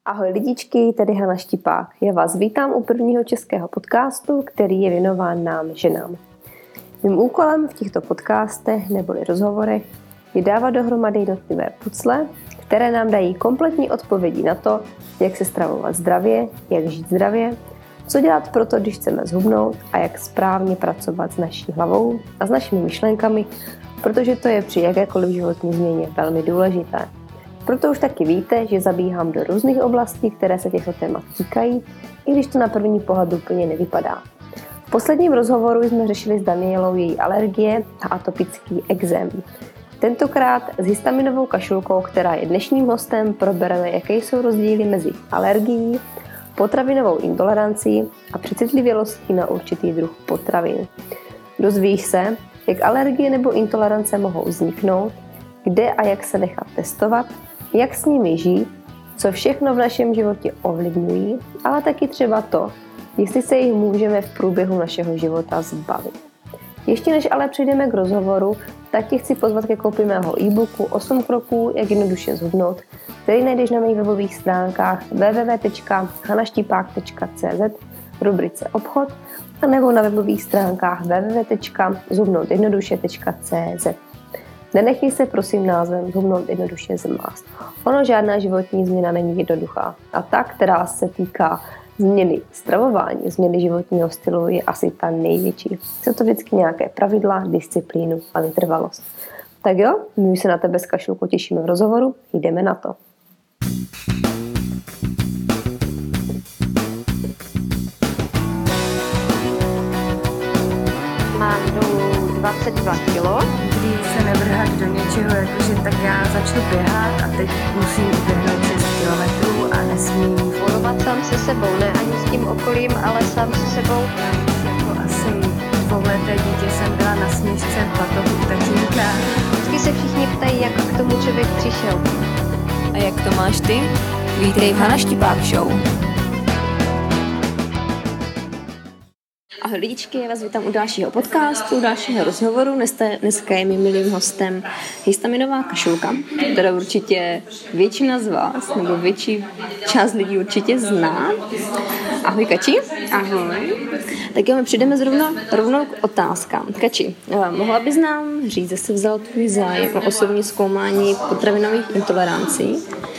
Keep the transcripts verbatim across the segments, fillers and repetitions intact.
Ahoj lidičky, tady Hana Štipák. Já vás vítám u prvního českého podcastu, který je věnován nám, ženám. Mým úkolem v těchto podcastech neboli rozhovorech je dávat dohromady jednotlivé pucle, které nám dají kompletní odpovědi na to, jak se stravovat zdravě, jak žít zdravě, co dělat pro to, když chceme zhubnout a jak správně pracovat s naší hlavou a s našimi myšlenkami, protože to je při jakékoliv životní změně velmi důležité. Proto už taky víte, že zabíhám do různých oblastí, které se těchto témat týkají, i když to na první pohled úplně nevypadá. V posledním rozhovoru jsme řešili s Danielou její alergie a atopický ekzém. Tentokrát s histaminovou kašulkou, která je dnešním hostem, probereme, jaké jsou rozdíly mezi alergií, potravinovou intolerancí a přecitlivělostí na určitý druh potravin. Dozvíš se, jak alergie nebo intolerance mohou vzniknout, kde a jak se nechat testovat, jak s nimi žít, co všechno v našem životě ovlivňují, ale taky třeba to, jestli se jich můžeme v průběhu našeho života zbavit. Ještě než ale přejdeme k rozhovoru, tak tě chci pozvat ke koupi mého e-booku osm kroků, jak jednoduše zhubnout, který najdeš na mých webových stránkách w w w tečka hanaštipák tečka c z v rubrice obchod a nebo na webových stránkách w w w tečka zhubnoutjednoduše tečka c z. Nenechej se prosím názvem zhubnout jednoduše zmást. Ono žádná životní změna není jednoduchá. A ta, která se týká změny stravování, změny životního stylu, je asi ta největší. Jsou to vždycky nějaké pravidla, disciplínu a vytrvalost. Tak jo, my už se na tebe s kašulkou těšíme v rozhovoru, jdeme na to. Mám dolů dvacet dva kilo. Se nevrhat do něčeho, jakože tak já začnu běhat a teď musím uběhnout šest kilometrů a nesmím Volovat sám se sebou, ne ani s tím okolím, ale sám se sebou. Jako asi dvouleté dítě jsem byla na směšce v batohu tatínka. Vždycky se všichni ptají, jak k tomu člověk přišel. A jak to máš ty? Vítej v Hana Štipák Show. Ahoj lidičky, já vás vítám u dalšího podcastu, u dalšího rozhovoru. Dneska je mým milým hostem histaminová kašulka, kterou určitě většina z vás, nebo větší část lidí určitě zná. Ahoj Kači. Ahoj. Tak jo, my přijdeme zrovna rovnou k otázkám. Kači, mohla bys nám říct, že jsi vzal tvůj zájem o osobní zkoumání potravinových intolerancí?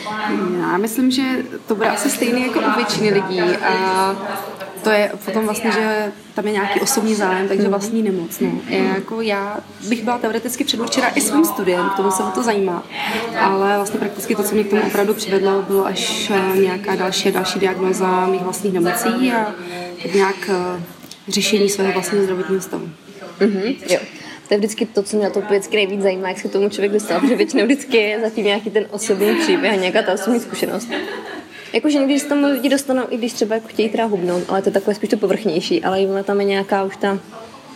Já myslím, že to bude asi stejné jako u většiny lidí a to je potom vlastně, že tam je nějaký osobní zájem, takže vlastní nemoc. No. Jako já bych byla teoreticky předurčena i svým studiem, k tomu se o to zajímá, ale vlastně prakticky to, co mě k tomu opravdu přivedlo, bylo až nějaká další další diagnóza mých vlastních nemocí a nějak řešení svého vlastního zdravotního stavu. Mm-hmm, jo. To je vždycky to, co mě na to vždycky nejvíc zajímá, jak se k tomu člověk dostal, protože většinou vždycky je zatím nějaký ten osobní příběh a nějaká ta osobní zkušenost. Jakože někdy se tam lidi dostanou, i když třeba jako chtějí teda hubnout, ale to je takové spíš to povrchnější, ale i tam je nějaká už ta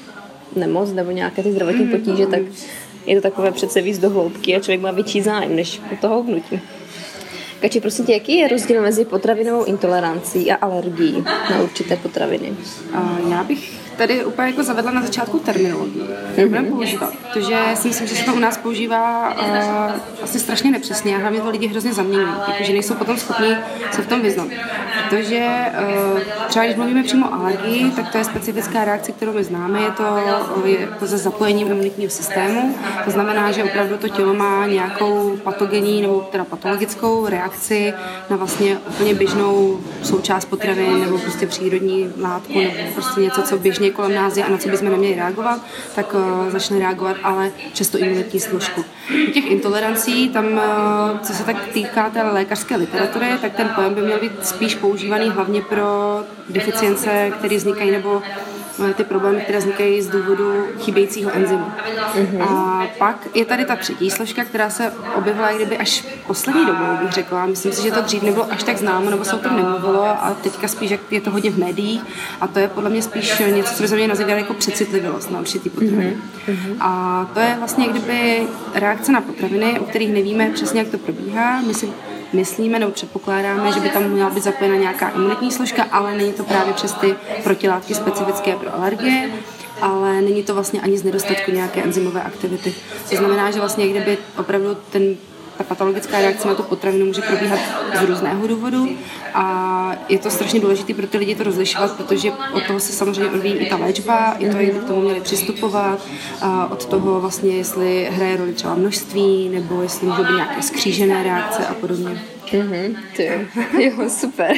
nemoc nebo nějaké ty zdravotní potíže, tak je to takové přece víc do hloubky a člověk má větší zájem než u toho hubnutí. Kači, prosím tě, jaký je rozdíl mezi potravinovou intolerancí a alergií na určité potraviny? Já bych tady úplně jako zavedla na začátku terminologii. Mm-hmm. Budeme používat, protože si myslím, že se to u nás používá uh, asi strašně nepřesně a hlavně to lidi hrozně zaměňují, jakože nejsou potom schopni se v tom vyznat. Protože uh, třeba když mluvíme přímo o alergii, tak to je specifická reakce, kterou my známe, je to, je to se zapojením imunitního systému, to znamená, že opravdu to tělo má nějakou patogenní nebo teda patologickou reakci na vlastně úplně běžnou součást potravin nebo prostě přírodní látku nebo prostě něco, co běžně kolem nás je a na co bychom neměli reagovat, tak uh, začne reagovat ale přes tu imunitní složku. U těch intolerancí, tam, uh, co se tak týká té lékařské literatury, tak ten pojem by měl být spíš používaný hlavně pro deficience, které vznikají nebo ty problémy, které vznikají z důvodu chybějícího enzymu. Mm-hmm. A pak je tady ta třetí složka, která se objevila kdyby až poslední dobou, bych řekla. Myslím si, že to dřív nebylo až tak známo, nebo se o tom nemluvilo a teďka spíš je to hodně v médiích a to je podle mě spíš něco, co by se mě nazývalo jako přecitlivělost na určitý potraviny. Mm-hmm. A to je vlastně kdyby reakce na potraviny, u kterých nevíme přesně, jak to probíhá. My si myslíme nebo předpokládáme, že by tam měla být zapojena nějaká imunitní složka, ale není to právě přes ty protilátky specifické pro alergie, ale není to vlastně ani z nedostatku nějaké enzymové aktivity. To znamená, že vlastně kdyby opravdu ten ta patologická reakce na tu potravinu může probíhat z různého důvodu a je to strašně důležité pro ty lidi to rozlišovat, protože od toho se samozřejmě odvíjí i ta léčba, i to, jak by k tomu měli přistupovat, a od toho vlastně, jestli hraje roli třeba množství, nebo jestli můžou být nějaké skřížené reakce a podobně. Mhm, ty jo, super.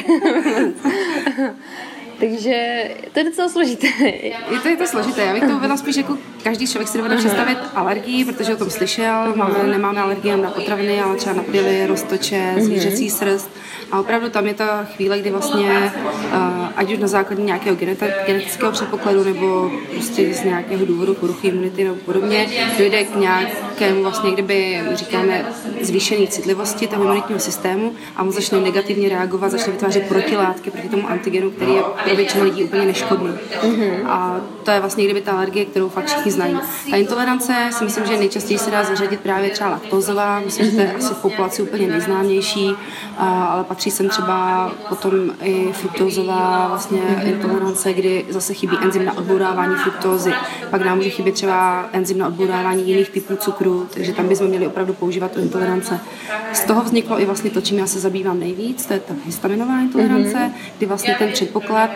Takže to je docela složité. Je to, je to složité. Já bych to uvedla spíš jako každý člověk si dovede představit alergii, protože o tom slyšel. Máme, nemáme alergii na potraviny, ale třeba na pily, roztoče, zvířecí srst. A opravdu tam je ta chvíle, kdy vlastně, ať už na základě nějakého genetického předpokladu nebo prostě z nějakého důvodu poruchy imunity nebo podobně, dojde k nějakému vlastně, kdyby říkáme, zvýšené citlivosti toho imunitního systému a on začne negativně reagovat, začne vytvářet protilátky proti tomu antigenu, který je pro většinu lidí úplně neškodný. Mm-hmm. A to je vlastně kdyby ta alergie, kterou fakt všichni znají. Ta intolerance si myslím, že nejčastěji se dá zařadit právě třeba laktózová, myslím, že to je asi v populaci úplně nejznámější, ale patří sem třeba potom i fruktózová vlastně intolerance, kdy zase chybí enzym na odbourávání fruktózy. Pak nám může chybět třeba enzym na odbourávání jiných typů cukru, takže tam bychom měli opravdu používat tu intolerance. Z toho vzniklo i vlastně to, čím já se zabývám nejvíc, to je ta histaminová intolerance, mm-hmm. kdy vlastně ten předpoklad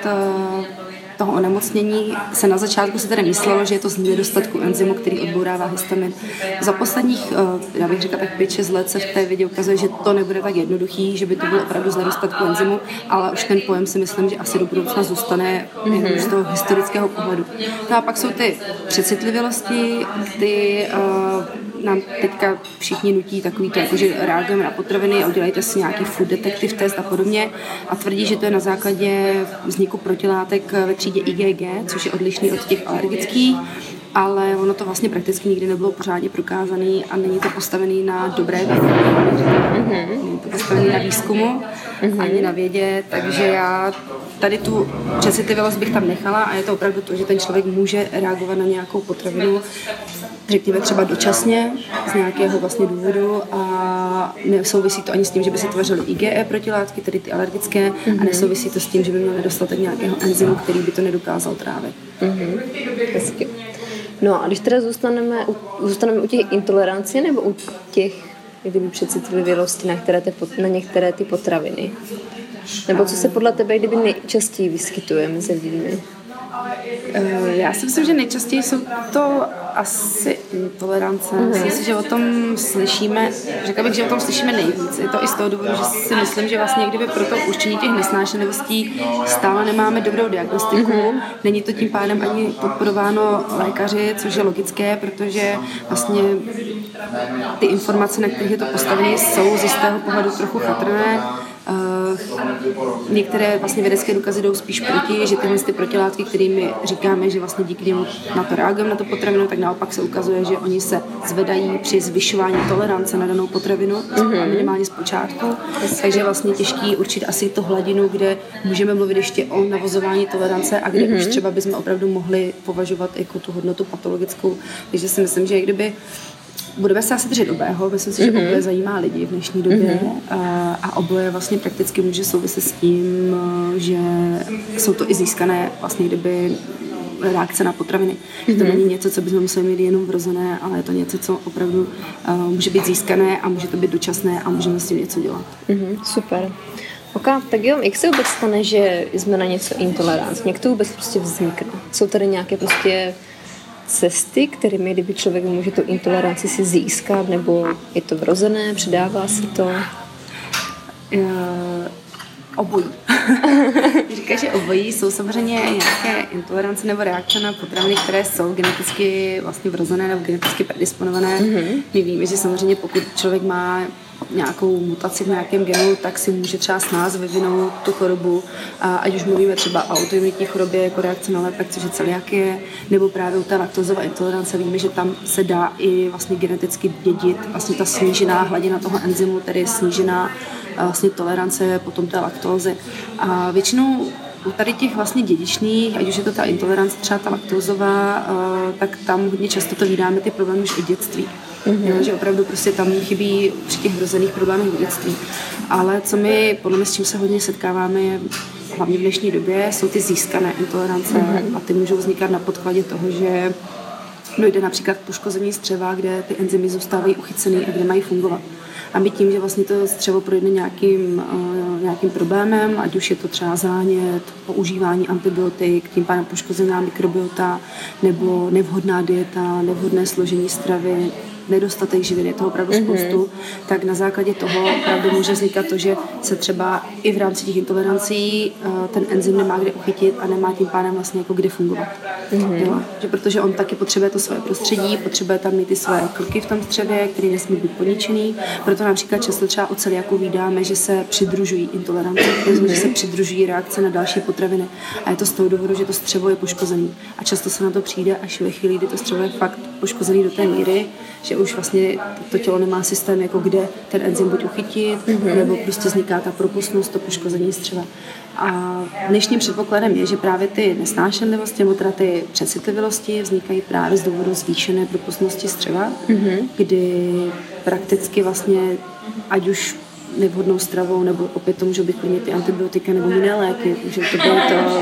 toho onemocnění se na začátku se tedy myslelo, že je to z nedostatku enzymu, který odbourává histamin. Za posledních, já bych řekla tak pět šest let se v té vědě ukazuje, že to nebude tak jednoduchý, že by to bylo opravdu z nedostatku enzymu, ale už ten pojem si myslím, že asi do budoucna zůstane mm-hmm. z toho historického pohledu. No a pak jsou ty přecitlivělosti, ty uh, nám teďka všichni nutí takový to, jako, že reagujeme na potraviny a udělejte si nějaký food detective test a podobně a tvrdí, že to je na základě vzniku protilátek ve třídě I G G, což je odlišný od těch alergických, ale ono to vlastně prakticky nikdy nebylo pořádně prokázané a není to postavený na dobré vědě. Mm-hmm. Není to postavený na výzkumu, mm-hmm. ani na vědě, takže já tady tu přecitlivělost bych tam nechala a je to opravdu to, že ten člověk může reagovat na nějakou potravinu, řekněme třeba dočasně, z nějakého vlastně důvodu a nesouvisí to ani s tím, že by se tvořily I G E protilátky, tedy ty alergické, mm-hmm. a nesouvisí to s tím, že by měl nedostatek nějakého enzymu, který by to nedokázal trávit. Mm-hmm. Hezky. No a když teda zůstaneme u, zůstaneme u těch intolerancí nebo u těch kdyby přecitlivělosti na, které ty, na některé ty potraviny? Nebo co se podle tebe kdyby nejčastěji vyskytuje mezi lidmi? Já si myslím, že nejčastěji jsou to asi intolerance. Mm-hmm. Myslím si, že o tom slyšíme, řekla bych, že o tom slyšíme nejvíc. Je to i z toho důvodu, že si myslím, že vlastně kdyby pro to určení těch nesnášenlivostí stále nemáme dobrou diagnostiku. Mm-hmm. Není to tím pádem ani podporováno lékaři, což je logické, protože vlastně ty informace, na kterých je to postavené, jsou z jistého pohledu trochu chatrné. Uh, některé vlastně vědecké důkazy jdou spíš proti, že tyhle ty protilátky, kterými říkáme, že vlastně díky němu na to reagujeme, na tu potravinu, tak naopak se ukazuje, že oni se zvedají při zvyšování tolerance na danou potravinu, mm-hmm. minimálně z počátku. Takže vlastně těžký určit asi tu hladinu, kde můžeme mluvit ještě o navozování tolerance a kde mm-hmm. už třeba bychom opravdu mohli považovat jako tu hodnotu patologickou. Takže si myslím, že kdyby budeme se asi držet obého, myslím si, že mm-hmm. oboje zajímá lidi v dnešní době mm-hmm. a, a oboje vlastně prakticky může souviset s tím, že jsou to i získané vlastně kdyby reakce na potraviny. Mm-hmm. To není něco, co bychom museli mít jenom vrozené, ale je to něco, co opravdu uh, může být získané a může to být dočasné a můžeme s tím něco dělat. Mm-hmm. Super. Ok, tak jo, jak se vůbec stane, že jsme na něco intolerantní? Jak to vůbec prostě vznikne? Jsou tady nějaké prostě cesty, kterými kdyby člověk může tu intoleranci si získat, nebo je to vrozené, předává se to? Uh, obojí. Říká, že obojí jsou samozřejmě nějaké intolerance nebo reakce na potraviny, které jsou geneticky vlastně vrozené nebo geneticky predisponované. Mm-hmm. My víme, že samozřejmě pokud člověk má nějakou mutaci v nějakém genu, tak si může třeba s nás vyvinout tu chorobu, a ať už mluvíme třeba o autoimunitní chorobě jako reakce na lepek, což je celiakie, nebo právě u té laktózové intolerance víme, že tam se dá i vlastně geneticky dědit vlastně ta snížená hladina toho enzymu, tedy snížená vlastně tolerance potom té laktózy. A většinou u tady těch vlastně dědičných, ať už je to ta intolerance, třeba ta laktózová, tak tam hodně často to vídáme ty problémy už od dětství. Mm-hmm. Že opravdu prostě tam chybí při těch hrozených problémech v dětství. Ale co my, podle mě, s čím se hodně setkáváme, je hlavně v dnešní době, jsou ty získané intolerance mm-hmm. a ty můžou vznikat na podkladě toho, že dojde například k poškození střeva, kde ty enzymy zůstávají uchycený a kde mají fungovat. A my tím, že vlastně to střevo projde nějakým, uh, nějakým problémem, ať už je to třeba zánět, používání antibiotik, tím pádem poškozená mikrobiota, nebo nevhodná dieta, nevhodné složení stravy, nedostatek živin, je toho opravdu spoustu, mm-hmm. tak na základě toho opravdu může vznikat to, že se třeba i v rámci těch intolerancí ten enzym nemá kde uchytit a nemá tím pádem vlastně jako kde fungovat. Mm-hmm. Jo? Že protože on taky potřebuje to své prostředí, potřebuje tam mít ty své klky v tom střevě, který nesmí být poničený. Proto například často třeba u celiaků vídáme, že se přidružují intolerance, mm-hmm. že se přidružují reakce na další potraviny. A je to z toho důvodu, že to střevo je poškozený. A často se na to přijde až ve chvíli, kdy to střevo je fakt poškozený do té míry, že už vlastně to tělo nemá systém, jako kde ten enzym buď uchytit, mm-hmm. nebo prostě vzniká ta propustnost, to poškození střeva. A dnešním předpokladem je, že právě ty nesnášenlivosti nebo teda ty přecitlivosti vznikají právě z důvodu zvýšené propustnosti střeva, mm-hmm. kdy prakticky vlastně, ať už nevhodnou stravou, nebo opět to můžou být plně ty antibiotika nebo jiné léky, může to být to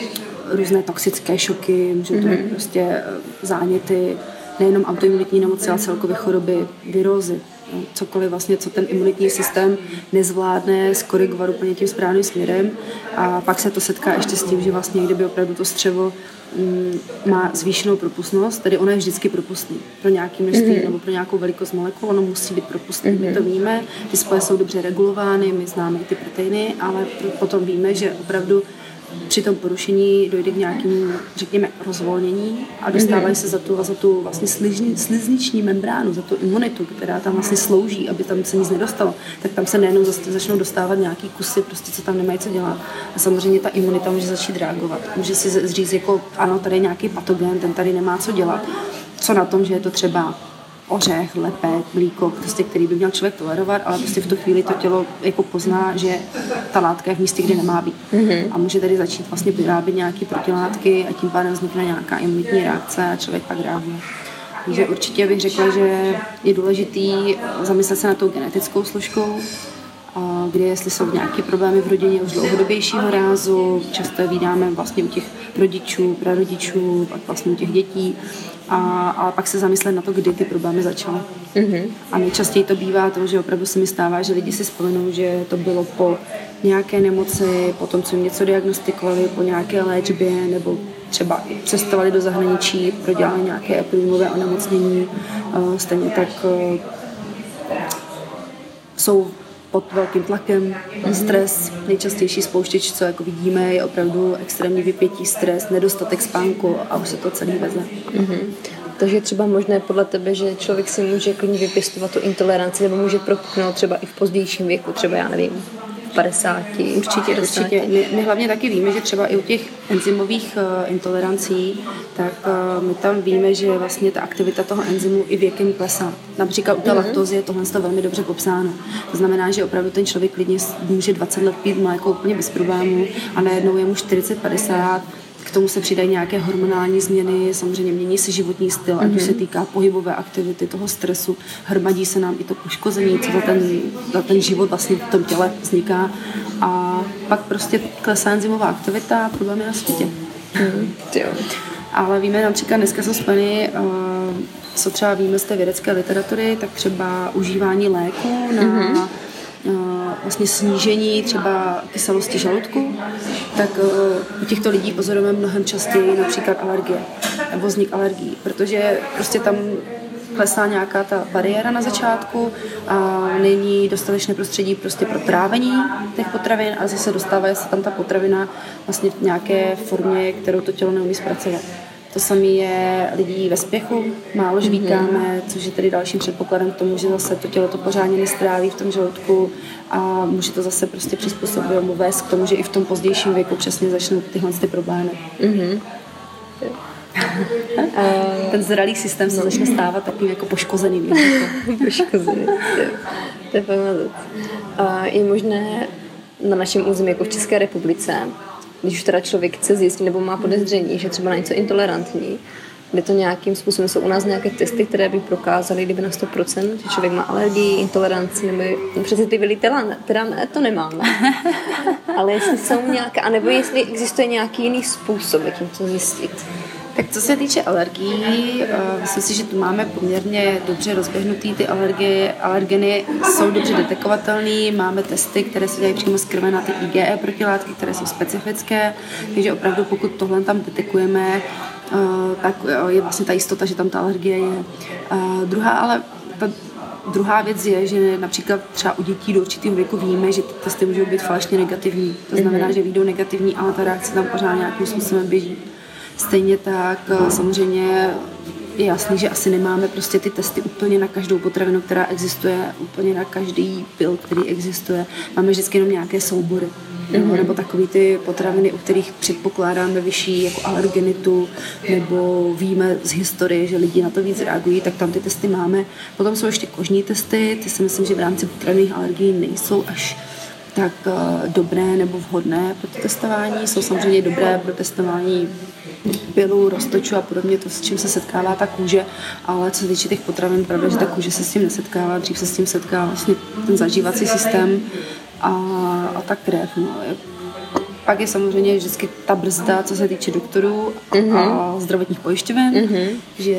různé toxické šoky, může to být mm-hmm. prostě záněty, nejenom autoimunitní nemoci, ale celkově choroby, virózy. Cokoliv vlastně, co ten imunitní systém nezvládne skorigovat úplně tím správným směrem a pak se to setká ještě s tím, že vlastně kdyby opravdu to střevo mm, má zvýšenou propustnost, tedy ono je vždycky propustný pro nějaký množství mm-hmm. nebo pro nějakou velikost molekul, ono musí být propustný. Mm-hmm. My to víme, ty spoje jsou dobře regulovány, my známe ty proteiny, ale potom víme, že opravdu při tom porušení dojde k nějakému, řekněme, rozvolnění a dostávají se za tu, za tu vlastně slizni, slizniční membránu, za tu imunitu, která tam vlastně slouží, aby tam se nic nedostalo, tak tam se nejenom začnou dostávat nějaký kusy, prostě co tam nemají co dělat. A samozřejmě ta imunita může začít reagovat. Může si říct, jako ano, tady je nějaký patogen, ten tady nemá co dělat. Co na tom, že je to třeba ořech, lepek, mlíko, prostě, který by měl člověk tolerovat, ale prostě v tu chvíli to tělo jako pozná, že ta látka je v místě, kde nemá být. Mm-hmm. A může tady začít vlastně vyrábět nějaké protilátky a tím pádem vznikne nějaká imunitní reakce a člověk pak reaguje. Takže určitě bych řekla, že je důležitý zamyslet se na tou genetickou složkou, kde jestli jsou nějaké problémy v rodině už dlouhodobějšího rázu, často je vídáme vlastně u těch rodičů, prarodičů, pak vlastně u těch dětí, a, a pak se zamyslet na to, kdy ty problémy začaly. Mm-hmm. A nejčastěji to bývá to, že opravdu se mi stává, že lidi si vzpomenou, že to bylo po nějaké nemoci, po tom, co jim něco diagnostikovali, po nějaké léčbě, nebo třeba cestovali do zahraničí, prodělali nějaké epidemiové onemocnění, stejně tak jsou pod velkým tlakem, mm-hmm. stres, nejčastější spouštěč, co jako vidíme, je opravdu extrémní vypětí, stres, nedostatek spánku a už se to celý veze. Mm-hmm. Takže třeba možné podle tebe, že člověk si může klidně vypěstovat tu intoleranci nebo může propuknout třeba i v pozdějším věku, třeba já nevím, padesáti. Určitě, určitě. My, my hlavně taky víme, že třeba i u těch enzymových uh, intolerancí, tak uh, my tam víme, že vlastně ta aktivita toho enzymu i věkem klesá. Například u té mm-hmm. laktózy je tohle velmi dobře popsáno. To znamená, že opravdu ten člověk klidně může dvacet let pít mléko úplně bez problémů a najednou je mu čtyřicet padesát. K tomu se přidají nějaké hormonální změny, samozřejmě mění se životní styl, ať už se týká pohybové aktivity, toho stresu, hromadí se nám i to poškození, co za ten, za ten život vlastně v tom těle vzniká. A pak prostě klesá enzymová aktivita a problémy na světě. Mm, Ale víme, například dneska jsou spojeny, co třeba víme z té vědecké literatury, tak třeba užívání léku na mm-hmm. vlastně snížení třeba kyselosti žaludku, tak u těchto lidí pozorujeme mnohem častěji například alergie nebo vznik alergií, protože prostě tam klesá nějaká ta bariéra na začátku a není dostatečné prostředí prostě pro trávení těch potravin a zase dostává se tam ta potravina vlastně v nějaké formě, kterou to tělo neumí zpracovat. To samé je lidí ve spěchu, málo žvíkáme, což je tedy dalším předpokladem k tomu, že zase to tělo to pořádně nestráví v tom žaludku a může to zase prostě přizpůsobivému vést k tomu, že i v tom pozdějším věku přesně začnou tyhle ty problémy. Mm-hmm. Ten zralý systém se začne stávat takovým jako poškozeným. Poškozený, to je pamatovat. Je možné na našem území, jako v České republice, když už teda člověk chce zjistit nebo má podezření, že třeba na něco intolerantní, kde to nějakým způsobem jsou u nás nějaké testy, které by prokázaly, kdyby na sto procent, že člověk má alergii, intoleranci, nebo přece ty byly teda, teda ne, to nemáme. Ale jestli jsou nějaké, anebo jestli existuje nějaký jiný způsob, jak jim to zjistit. Tak co se týče alergií, myslím si, že tu máme poměrně dobře rozběhnutý ty alergie. Alergeny jsou dobře detekovatelné, máme testy, které se dělají přímo z krve na ty I G E protilátky, které jsou specifické, takže opravdu pokud tohle tam detekujeme, tak je vlastně ta jistota, že tam ta alergie je. Druhá, ale ta Druhá věc je, že například třeba u dětí do určitého věku víme, že ty testy můžou být falešně negativní. To znamená, že vyjdou negativní, ale ta reakce tam pořád nějakým způsobem běží. Stejně tak samozřejmě je jasný, že asi nemáme prostě ty testy úplně na každou potravinu, která existuje, úplně na každý pil, který existuje. Máme vždycky jenom nějaké soubory. Mm-hmm. Nebo takový ty potraviny, u kterých předpokládáme vyšší jako alergenitu, nebo víme z historie, že lidi na to víc reagují, tak tam ty testy máme. Potom jsou ještě kožní testy, ty si myslím, že v rámci potravinných alergií nejsou až tak uh, dobré nebo vhodné pro to testování. Jsou samozřejmě dobré pro testování pilů, roztočů a podobně, to, s čím se setkává ta kůže, ale co se týče těch potravin, pravda, že ta kůže se s tím nesetkává, dřív se s tím setká vlastně ten zažívací systém a, a ta krev. No. Pak je samozřejmě vždycky ta brzda, co se týče doktorů mm-hmm. a zdravotních pojišťoven, mm-hmm. že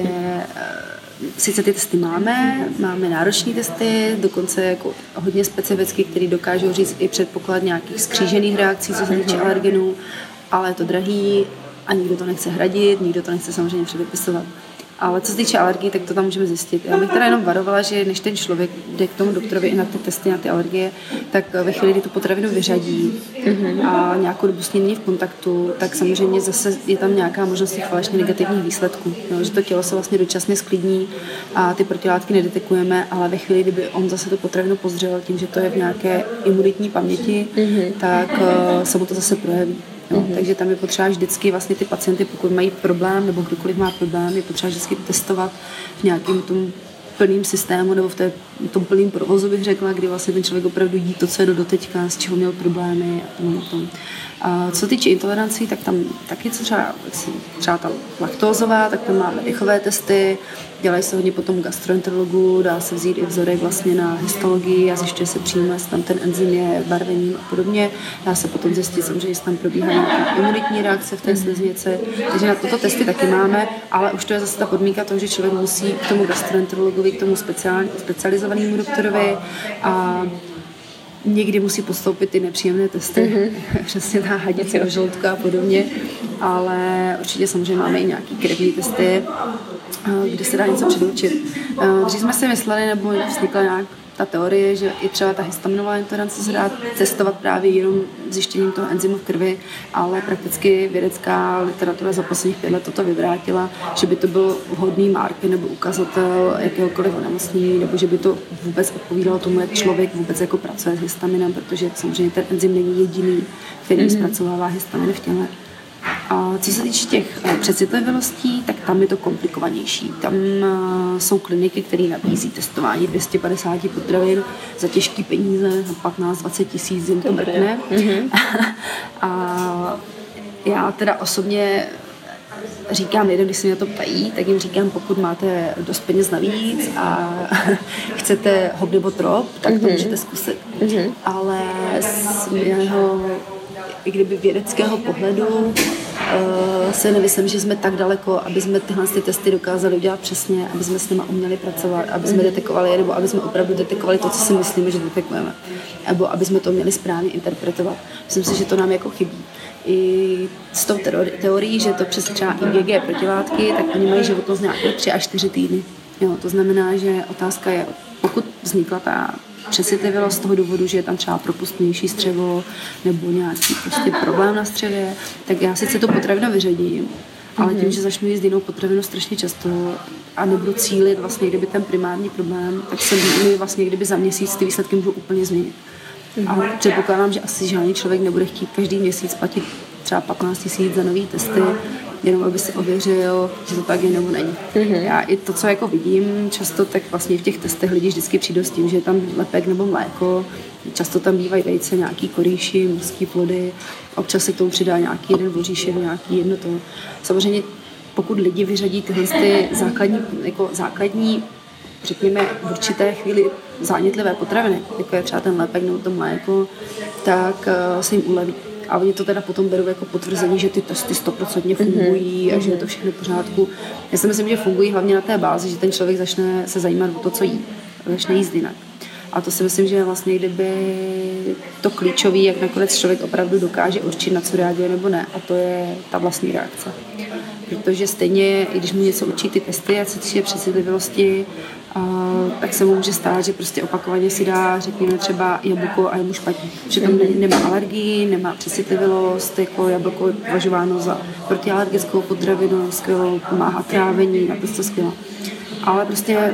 sice ty testy máme, máme náročné testy, dokonce jako hodně specifické, které dokážou říct i předpoklad nějakých skřížených reakcí, co se týče alergenů, ale je to drahý a nikdo to nechce hradit, nikdo to nechce samozřejmě předepisovat. Ale co se týče alergií, tak to tam můžeme zjistit. Já bych teda jenom varovala, že než ten člověk jde k tomu doktorovi i na ty testy, na ty alergie, tak ve chvíli, kdy tu potravinu vyřadí mm-hmm. a nějakou dobu s ní není v kontaktu, tak samozřejmě zase je tam nějaká možnost těch falešně negativních výsledků. No, že to tělo se vlastně dočasně sklidní a ty protilátky nedetekujeme, ale ve chvíli, kdyby on zase tu potravinu pozdřel tím, že to je v nějaké imunitní paměti, mm-hmm. tak uh, se mu to zase projeví. No, mm-hmm. Takže tam je potřeba vždycky vlastně ty pacienty, pokud mají problém nebo kdokoliv má problém, je potřeba vždycky testovat v nějakém tom plným systému nebo v té, tom plným provozu, bych řekla, kdy vlastně ten člověk opravdu jí to, co je do doteďka, z čeho měl problémy a tom, tom. A co se týče intolerancí, tak tam taky třeba, třeba ta laktózová, tak tam máme dechové testy, dělají se hodně potom gastroenterologu, dá se vzít i vzorek vlastně na histologii a zjišťuje se přímo, jestli tam ten enzym je barvením a podobně. Dá se potom zjistit samozřejmě, jestli tam probíhá nějaká imunitní reakce v té sliznici. Takže na toto testy taky máme, ale už to je zase ta podmínka toho, že člověk musí k tomu gastroenterologovi, k tomu speciální, specializovanému doktorovi a někdy musí podstoupit ty nepříjemné testy, mm-hmm. přesně ta hadice do žaludka a podobně, ale určitě samozřejmě máme i nějaký krevní testy, kde se dá něco předurčit. Dřív jsme si mysleli, nebo vznikla nějak ta teorie, že i třeba ta histaminová intolerance se dá testovat právě jenom zjištěním toho enzymu v krvi, ale prakticky vědecká literatura za posledních pět let toto vyvrátila, že by to byl vhodný marker nebo ukazatel jakéhokoliv onemocnění, nebo že by to vůbec odpovídalo tomu, jak člověk vůbec jako pracuje s histaminem, protože samozřejmě ten enzym není jediný, který mm-hmm. zpracovává histamin v těle. A co se týče těch přecitlivělostí, tak tam je to komplikovanější. Tam jsou kliniky, které nabízí testování dvě stě padesát potravin za těžké peníze, za patnáct dvacet tisíc jim to mrkne. Mm-hmm. A já teda osobně říkám lidem, když se mě to ptají, tak jim říkám, pokud máte dost peněz navíc a chcete hop nebo trop, tak to mm-hmm. můžete zkusit. Mm-hmm. Ale z mého i kdyby vědeckého pohledu uh, se nemyslím, že jsme tak daleko, aby jsme tyhle ty testy dokázali udělat přesně, aby jsme s nimi uměli pracovat, aby jsme detekovali, nebo aby jsme opravdu detekovali to, co si myslíme, že detekujeme, nebo aby jsme to měli správně interpretovat. Myslím si, že to nám jako chybí. I s tou teorií, že to přes třeba I G G protilátky, tak oni mají životnost nějaké tři až čtyři týdny. Jo, to znamená, že otázka je, pokud vznikla ta přecitlivělost z toho důvodu, že je tam třeba propustnější střevo nebo nějaký prostě problém na střevě, tak já sice tu potravinu vyřadím, ale tím, že začnu jíst jinou potravinu strašně často a nebudu cílit vlastně, kdyby ten primární problém, tak se mi vlastně kdyby za měsíc ty výsledky můžou úplně změnit. A předpokládám, že asi žádný člověk nebude chtít každý měsíc platit třeba patnáct tisíc za nový testy, jenom aby si ověřil, že to tak je nebo není. Mm-hmm. Já i to, co jako vidím často, tak vlastně v těch testech lidi vždycky přijdou s tím, že je tam lepek nebo mléko, často tam bývají vejce, nějaký korýši, mořský plody, občas se k tomu přidá nějaký jeden voříšek, nějaký jedno to. Samozřejmě pokud lidi vyřadí tyhle ty základní, jako základní, řekněme v určité chvíli zánětlivé potraviny, jako je třeba ten lepek nebo to mléko, tak uh, se jim uleví. A oni to teda potom berou jako potvrzení, že ty testy stoprocentně fungují mm-hmm. a že je to všechno v pořádku. Já si myslím, že fungují hlavně na té bázi, že ten člověk začne se zajímat o to, co jí. Začne jíst jinak. A to si myslím, že vlastně kdyby to klíčové, jak nakonec člověk opravdu dokáže určit, na co reaguje nebo ne. A to je ta vlastní reakce. Protože stejně, i když mu něco učí ty testy a co týče přecitlivosti, Uh, tak se mu může stát, že prostě opakovaně si dá, řekněme třeba jablko a je mu špatně. Přitom nemá alergii, nemá přecitlivost, jako jablko je považováno za protialergickou potravinu, skvělou, pomáhá trávení, naprosto skvělá. Ale prostě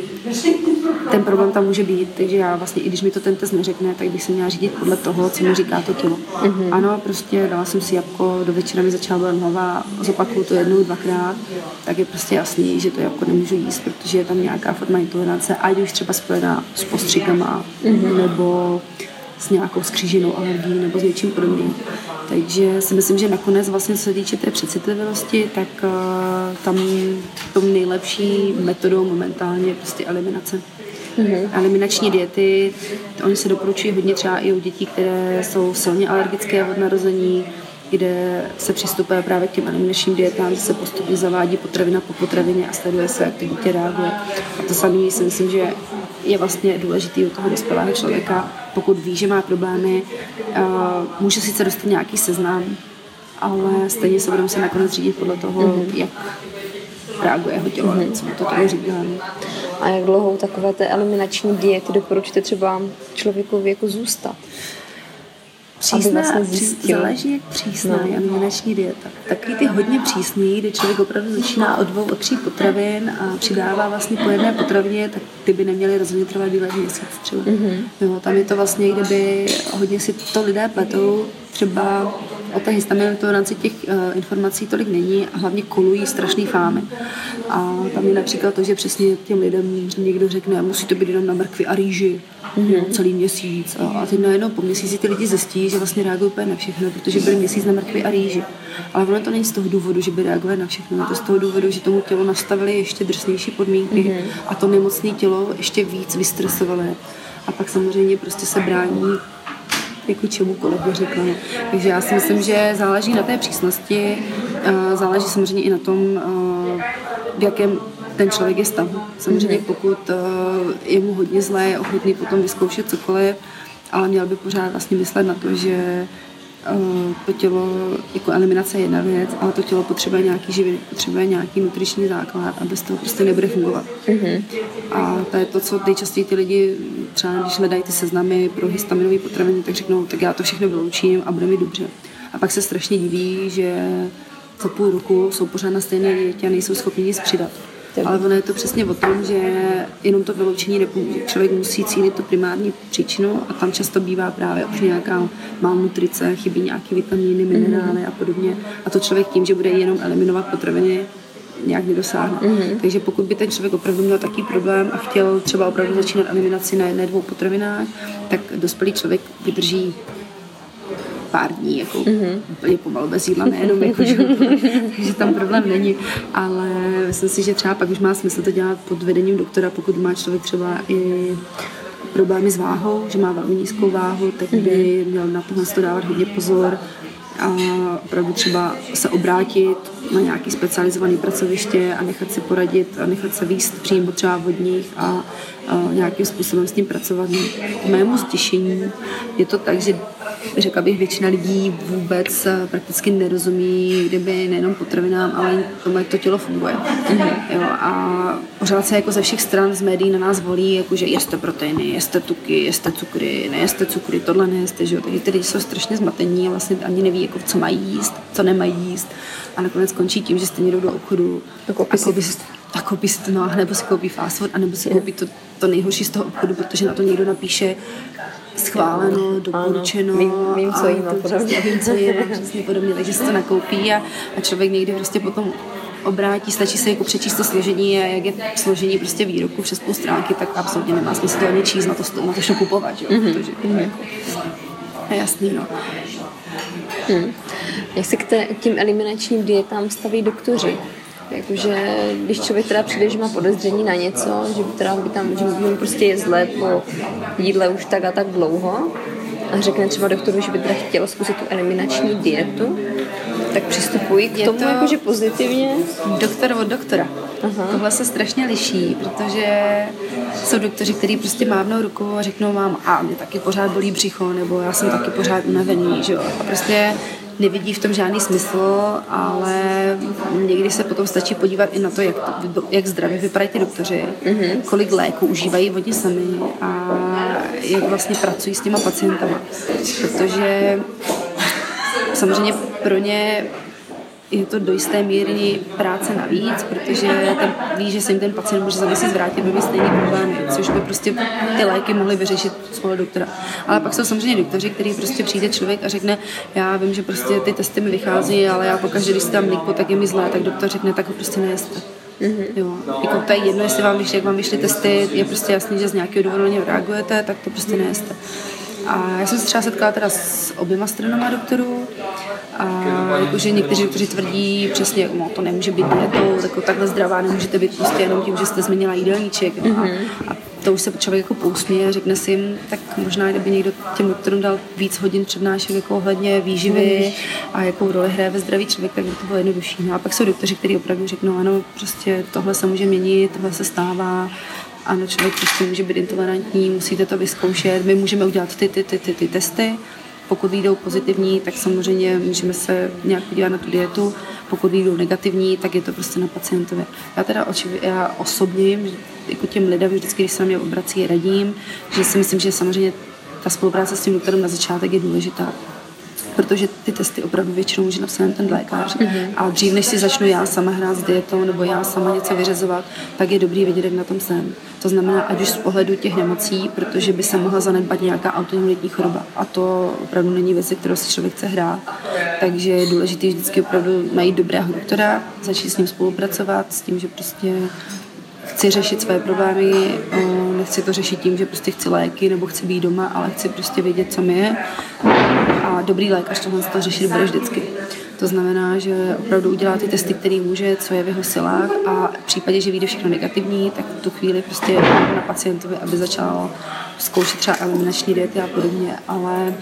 ten problém tam může být, takže já vlastně, i když mi to ten test neřekne, tak bych se měla řídit podle toho, co mi říká to tělo. Mm-hmm. Ano, prostě dala jsem si jabko, do večera mi začala bolet hlava, zopakuju to jednou, dvakrát, tak je prostě jasný, že to jabko nemůžu jíst, protože je tam nějaká forma intolerance, ať už třeba spojená s postřikama, mm-hmm. nebo s nějakou skříženou alergií nebo s něčím podobným. Takže si myslím, že nakonec vlastně, co se týče té přecitlivosti, tak uh, tam tou nejlepší metodou momentálně je prostě eliminace. Mm-hmm. Eliminační diety, oni se doporučují hodně třeba i u dětí, které jsou silně alergické od narození, kde se přistupuje právě k těm eliminačním dietám, že se postupně zavádí potravina po potravině a sleduje se, jak to dítě reaguje. A to samé si myslím, že je vlastně důležitý u toho dospělého člověka, pokud ví, že má problémy, uh, může sice dostat nějaký seznam, ale stejně se budeme se nakonec řídit podle toho, mm-hmm. jak reaguje jeho tělo, mm-hmm. co mu to tady říká. A jak dlouhou takové té eliminační diety doporučíte třeba člověku věku zůstat? Přísná, vlastně záleží jak přísná no. je eliminační dieta. Takový ty hodně přísný, kdy člověk opravdu začíná od dvou, od tří potravin a přidává vlastně po jedné potravině, tak ty by neměly rozhodně trvat díl měsíc třeba. Mm-hmm. Jo, tam je to vlastně, kdyby hodně si to lidé pletou, třeba o té histaminové toleranci těch uh, informací tolik není a hlavně kolují strašný fámy. A tam je například to, že přesně těm lidem někdo řekne, musí to být jenom na mrkvi a rýži mm-hmm. celý měsíc. A, a teď najednou po měsíci ty lidi zjistí, že vlastně reagují úplně na všechno, protože byli měsíc na mrkvi a rýži. Ale ono to není z toho důvodu, že by reagovali na všechno, je to z toho důvodu, že tomu tělu nastavili ještě drsnější podmínky mm-hmm. a to nemocné tělo ještě víc vystresovali. A pak samozřejmě prostě se brání jako čemukoliv by řekla. Takže já si myslím, že záleží na té přísnosti, záleží samozřejmě i na tom, v jakém ten člověk je stavu. Samozřejmě pokud je mu hodně zlé, je ochotný potom vyzkoušet cokoliv, ale měl by pořád vlastně myslet na to, že to tělo, jako eliminace je jedna věc, ale to tělo potřebuje nějaký živiny, potřebuje nějaký nutriční základ a bez toho prostě nebude fungovat. Mm-hmm. A to je to, co nejčastěji ty lidi, třeba když hledají ty seznamy pro histaminové potraviny, tak řeknou, tak já to všechno vyloučím a bude mi dobře. A pak se strašně diví, že za půl roku jsou pořád na stejné dietě a nejsou schopni nic přidat. Ale ono je to přesně o tom, že jenom to vyloučení nepomůže. Člověk musí cílit tu primární příčinu a tam často bývá právě už nějaká malnutrice, chybí nějaké vitamíny, minerály a podobně. A to člověk tím, že bude jenom eliminovat potraviny, nějak nedosáhne. Mm-hmm. Takže pokud by ten člověk opravdu měl takový problém a chtěl třeba opravdu začínat eliminaci na jedné, dvou potravinách, tak dospělý člověk vydrží pár dní, jako mm-hmm. úplně pomalu bez jídla, nejenom jako, že, takže tam problém není, ale myslím si, že třeba pak už má smysl to dělat pod vedením doktora, pokud má člověk třeba i problémy s váhou, že má velmi nízkou váhu, tak by měl na tohle dávat hodně pozor a opravdu třeba se obrátit na nějaký specializovaný pracoviště a nechat si poradit a nechat se víct přímo třeba od nich a, a nějakým způsobem s tím pracovat. K mému zděšení je to tak, že řekla bych, většina lidí vůbec prakticky nerozumí, kdyby nejenom potravinám, ale tomu, jak to tělo funguje. Mm-hmm. Jo, a pořád se jako ze všech stran z médií na nás volí, jako, že jeste proteiny, jeste tuky, jeste cukry, nejeste cukry, tohle nejeste. Že jo? Takže ty lidi jsou strašně zmatení a vlastně ani neví, jako, co mají jíst, co nemají jíst. A nakonec končí tím, že stejně jdou do obchodu a koupí si, a koupí si to, no, nebo si koupí fast food, anebo si koupí to, to nejhorší z toho obchodu, protože na to někdo napíše schváleno, doporučeno. Vím, vím, co jim a podobně. Vím, co jim a přesně podobně, takže se to nakoupí a, a člověk někdy prostě potom obrátí, stačí se jako přečíst to složení a jak je složení prostě výroku přes půl stránky, tak absolutně nemá smysl to ani číst, na to, na to šlo kupovat, jo? Mm-hmm. Protože to je jako je jasný, no. Hmm. Jak se k, té, k těm eliminačním dietám staví doktoři? Jakože když člověk teda přijde, že má podezření na něco, že by, teda by tam, že by prostě je zle po jídle už tak a tak dlouho a řekne třeba doktoru, že by teda chtěla zkusit tu eliminační dietu, tak přistupují k Je tomu to jakože pozitivně. Doktor od doktora. Aha. Tohle se strašně liší, protože jsou doktoři, kteří prostě mávnou rukou a řeknou vám, a mě taky pořád bolí břicho, nebo já jsem taky pořád unavený, že jo. A prostě nevidí v tom žádný smysl, ale někdy se potom stačí podívat i na to, jak, to, jak zdravě vypadají ty doktoři, mm-hmm. kolik léků užívají oni sami a jak vlastně pracují s těma pacientama. Protože samozřejmě pro ně je to do jisté míry práce navíc, protože ten ví, že se jim ten pacient může za měsíc vrátit do stejný problém, což by prostě ty léky mohly vyřešit svého doktora. Ale pak jsou samozřejmě doktoři, který prostě přijde člověk a řekne, já vím, že prostě ty testy mi vychází, ale já pokaždé, když si dám mlíko, tak je mi zlé, tak doktor řekne, tak ho prostě nejeste. Mm-hmm. Jo. Jako to je jedno, jestli vám vyšly, jak vám vyšly testy, je prostě jasný, že z nějakého důvodu na něj reagujete, tak to prostě nejeste. A já jsem se třeba setkala teda s oběma stranama doktorů a jakože někteří doktoři tvrdí přesně, no to nemůže být dietou, jako takhle zdravá nemůžete být prostě jenom tím, že jste změnila jídelníček. Mm-hmm. A, a to už se člověk jako pousměje, řekne si jim, tak možná, kdyby někdo těm doktorům dal víc hodin přednášek jako ohledně výživy mm. a jakou roli hraje ve zdraví člověk, tak by to bylo jednodušší. No a pak jsou doktoři, kteří opravdu řeknou, ano, prostě tohle se může měnit, tohle se stává. Ano, člověk prostě může být intolerantní, musíte to vyzkoušet, my můžeme udělat ty, ty, ty, ty, ty testy. Pokud vyjdou pozitivní, tak samozřejmě můžeme se nějak podívat na tu dietu. Pokud vyjdou negativní, tak je to prostě na pacientovi. Já teda já osobně, jako těm lidem vždycky, když se na mě obrací, radím, že si myslím, že samozřejmě ta spolupráce s tím doktorem na začátek je důležitá. Protože ty testy opravdu většinou může napsat ten lékař. Mm-hmm. A dřív, než si začnu já sama hrát s dietou nebo já sama něco vyřazovat, tak je dobrý vědět, jak na tom jsem. To znamená, ať už z pohledu těch nemocí, protože by se mohla zanedbat nějaká autoimunitní choroba. A to opravdu není věc, kterou si člověk chce hrát. Takže je důležité vždycky opravdu najít dobrého doktora, začít s ním spolupracovat, s tím, že prostě chci řešit své problémy, nechci to řešit tím, že prostě chci léky nebo chci být doma, ale chci prostě vědět, co mi je. A dobrý lékař tohle to řešit bude vždycky. To znamená, že opravdu udělá ty testy, který může, co je v jeho silách a v případě, že vyjde všechno negativní, tak v tu chvíli prostě na pacientovi, aby začal zkoušet třeba eliminační diety a podobně, ale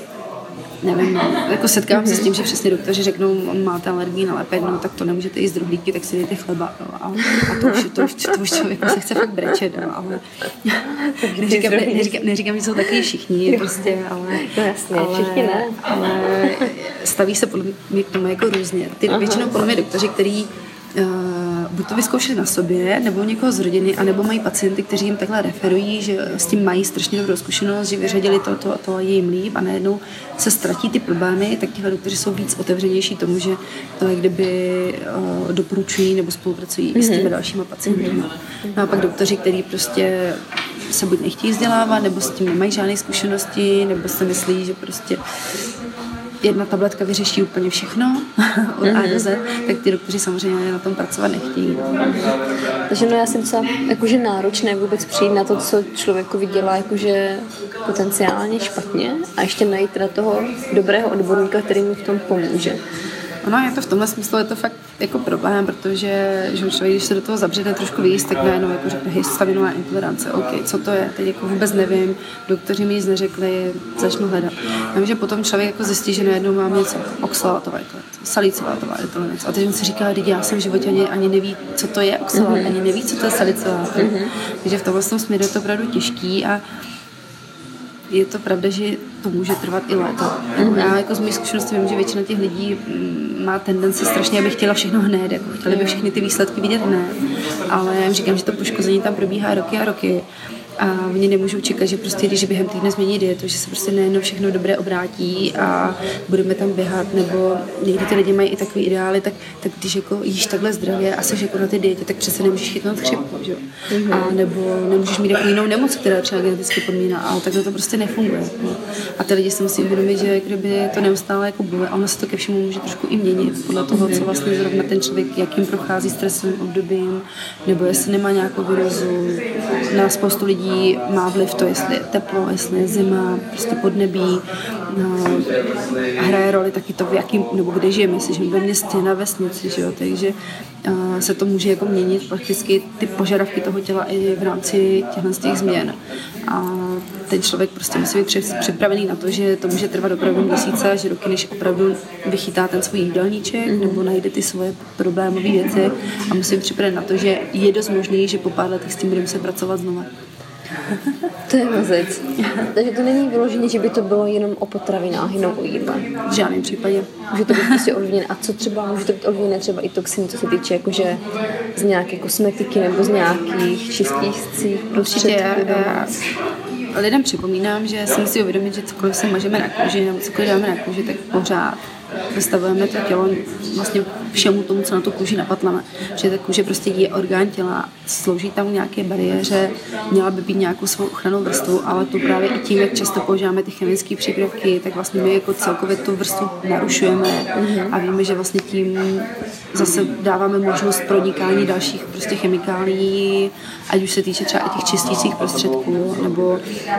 nevím, jako setkám mm-hmm. se s tím, že přesně doktoři řeknou, máte alergii na leped, no tak to nemůžete jíst z rohlíky, tak si dejte chleba, no, a, a to, už, to, už, to už člověk se chce fakt brečet, no, ale neříkám, ne, neříkám, neříkám, že jsou taky všichni, prostě, ale, no jasně, ale, všichni ne. ale staví se podle mě k tomu jako různě. Ty Aha. většinou podle mě doktoři, který Uh, buď to vyzkoušeli na sobě, nebo někoho z rodiny, anebo mají pacienty, kteří jim takhle referují, že s tím mají strašně dobrou zkušenost, že vyřadili to, to, to je jim líp a najednou se ztratí ty problémy, tak tihle doktoři jsou víc otevřenější tomu, že to je kdyby uh, doporučují nebo spolupracují mm-hmm. s těmi dalšíma pacienty. Mm-hmm. No a pak doktoři, kteří prostě se buď nechtějí vzdělávat, nebo s tím nemají žádné zkušenosti, nebo se myslí, že prostě jedna tabletka vyřeší úplně všechno od A do Z, tak ty doktoři samozřejmě na tom pracovat nechtějí. Takže no já jsem docela jakože náročné vůbec přijít na to, co člověku vydělá jakože potenciálně špatně a ještě najít teda toho dobrého odborníka, který mi v tom pomůže. Ono je to v tomhle smyslu, je to fakt jako problém, protože že člověk, když se do toho zabředne trošku víc, tak najednou jako řekne histaminové intolerance, OK, co to je, teď jako vůbec nevím, doktoři mi nic neřekli, začnu hledat. Já vím, že potom člověk jako zjistí, že najednou mám něco, oxalatová intolerance, salicilátová intolerance. A teď jsem si říkala, že já jsem v životě ani, ani neví, co to je oxalát, mm-hmm. ani neví, co to je salicilát. Mm-hmm. Takže v tomhle směru je to opravdu těžký a je to pravda, že to může trvat i léta. Mm-hmm. Já jako z mých zkušeností vím, že většina těch lidí má tendenci strašně, aby chtěla všechno hned, jako chtěli by všechny ty výsledky vidět hned. Ale já jim říkám, že to poškození tam probíhá roky a roky. A oni nemůžou čekat, že prostě, když během týdne změní dietu, že se prostě nejednou všechno dobré obrátí a budeme tam běhat, nebo někdy ty lidi mají i takový ideály, tak, tak když jako jíš takhle zdravě a jsi jako na ty dietě, tak přece nemůžeš chytnout chřipku, že? Mm-hmm. A nebo nemůžeš mít jako jinou nemoc, která je třeba geneticky podmíněná, ale takhle to prostě nefunguje. No. A ty lidi si musí uvědomit, že kdyby to neustále jako bylo, a ono se to ke všemu může trošku i měnit podle toho, co vlastně zrovna ten člověk, jakým prochází stresovým obdobím, nebo jestli nemá nějakou výrozu. Na spoustu lidí má vliv to, jestli je teplo, jestli je zima, prostě podnebí. No, hraje roli taky to, v jakým, nebo kde žijeme, jestli žijeme ve městě, na vesnici, že jo, takže uh, se to může jako měnit prakticky ty požadavky toho těla i v rámci těchto těch změn. A ten člověk prostě musí být připravený na to, že to může trvat opravdu měsíce až roky, než opravdu vychytá ten svůj jídelníček mm. nebo najde ty svoje problémové věci a musí být připravený na to, že je dost možný, že po pár letech s tím bude muset pracovat znova. To je mazec. Takže to není vyloženě, že by to bylo jenom o potravinách, jenom o jídle. V žádném případě. Může to být prostě ovlivněné. A co třeba, může to být ovlivněné třeba i toxiny, co se týče jakože z nějaké kosmetiky nebo z nějakých čistících prostředků. Lidem připomínám, že si musí uvědomit, že cokoliv se mažeme na kůži nebo cokoliv dáme na kůži, tak pořád vystavujeme to tělo vlastně všemu tomu, co na tu kůži napatláme. Že ta kůže prostě je orgán těla, slouží tam nějaké bariéře, měla by být nějakou svou ochrannou vrstvu, ale to právě i tím, jak často používáme ty chemické přípravky, tak vlastně my jako celkově tu vrstvu narušujeme a víme, že vlastně tím zase dáváme možnost pronikání dalších prostě chemikálií, ať už se týče třeba i těch čistících prostředků, nebo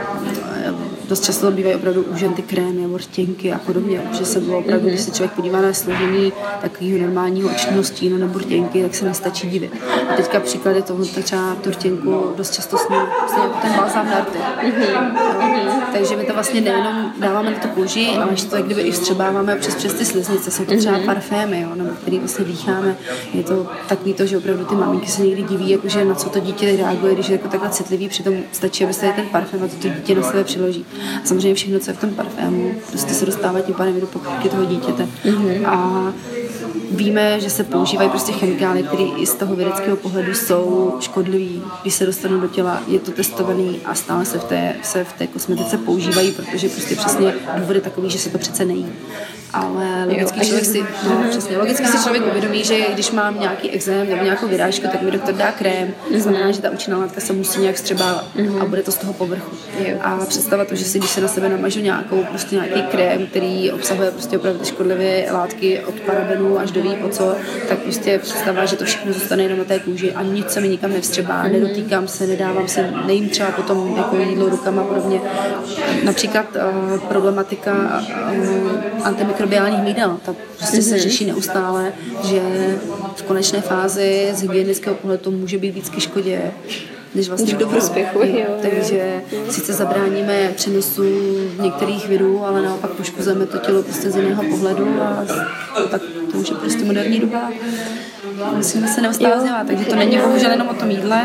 dost často to bývají opravdu úženty krémy nebo rtěnky a podobně, že se bylo opravdu, když se člověk podívá na složení takového normálního očního stínu nebo rtěnky, tak se nestačí divit. A teďka příklad je toho, tak třeba tu rtěnku dost často sní, sní ten balzám na rty. Takže my to vlastně nejenom dáváme na tu kůži, ale že to jak kdyby i vstřebáváme přes, přes ty sliznice. Jsou to třeba parfémy, jo, nebo který vlastně dýcháme. Je to takový to, že opravdu ty maminky se někdy diví, jakože na co to dítě reaguje, když je jako takhle citlivý, přitom stačí, aby se ten parfém a to, to dítě na sebe přiloží. A samozřejmě všechno, co je v tom parfému, prostě se dostává tím pádem do pokožky toho dítěte. Mm-hmm. A víme, že se používají prostě chemikálie, které i z toho vědeckého pohledu jsou škodlivé, když se dostanou do těla, je to testovaný a stále se v té, se v té kosmetice používají, protože prostě přesně důvod je takový, že se to přece nejí. Ale logicky, jo, člověk si, no, přesně, logicky si člověk uvědomí, že když mám nějaký exém nebo nějakou vyrážku, tak mi doktor dá krém. To znamená, že ta účinná látka se musí nějak vstřebávat a bude to z toho povrchu. A představa to, že si, když se na sebe namažu nějakou, prostě nějaký krém, který obsahuje prostě opravdu škodlivé látky od parabenů až do ví po co, tak prostě představa, že to všechno zůstane jenom na té kůži a nic se mi nikam nevstřebá, nedotýkám se, nedávám se, nejím třeba potom jako jídlo rukama a podobně. Například uh, problematika uh, antimikrobiálních mídel, ta prostě mm-hmm. se řeší neustále, že v konečné fázi z hygienického pohledu to může být víc ke škodě, než vlastně do prospěchu. Takže sice zabráníme přenosu některých virů, ale naopak poškozujeme to tělo prostě z jiného pohledu a tak to už je prostě moderní doba. Musíme se neustále vzdělat, takže to není bohužel jenom o tom jídle.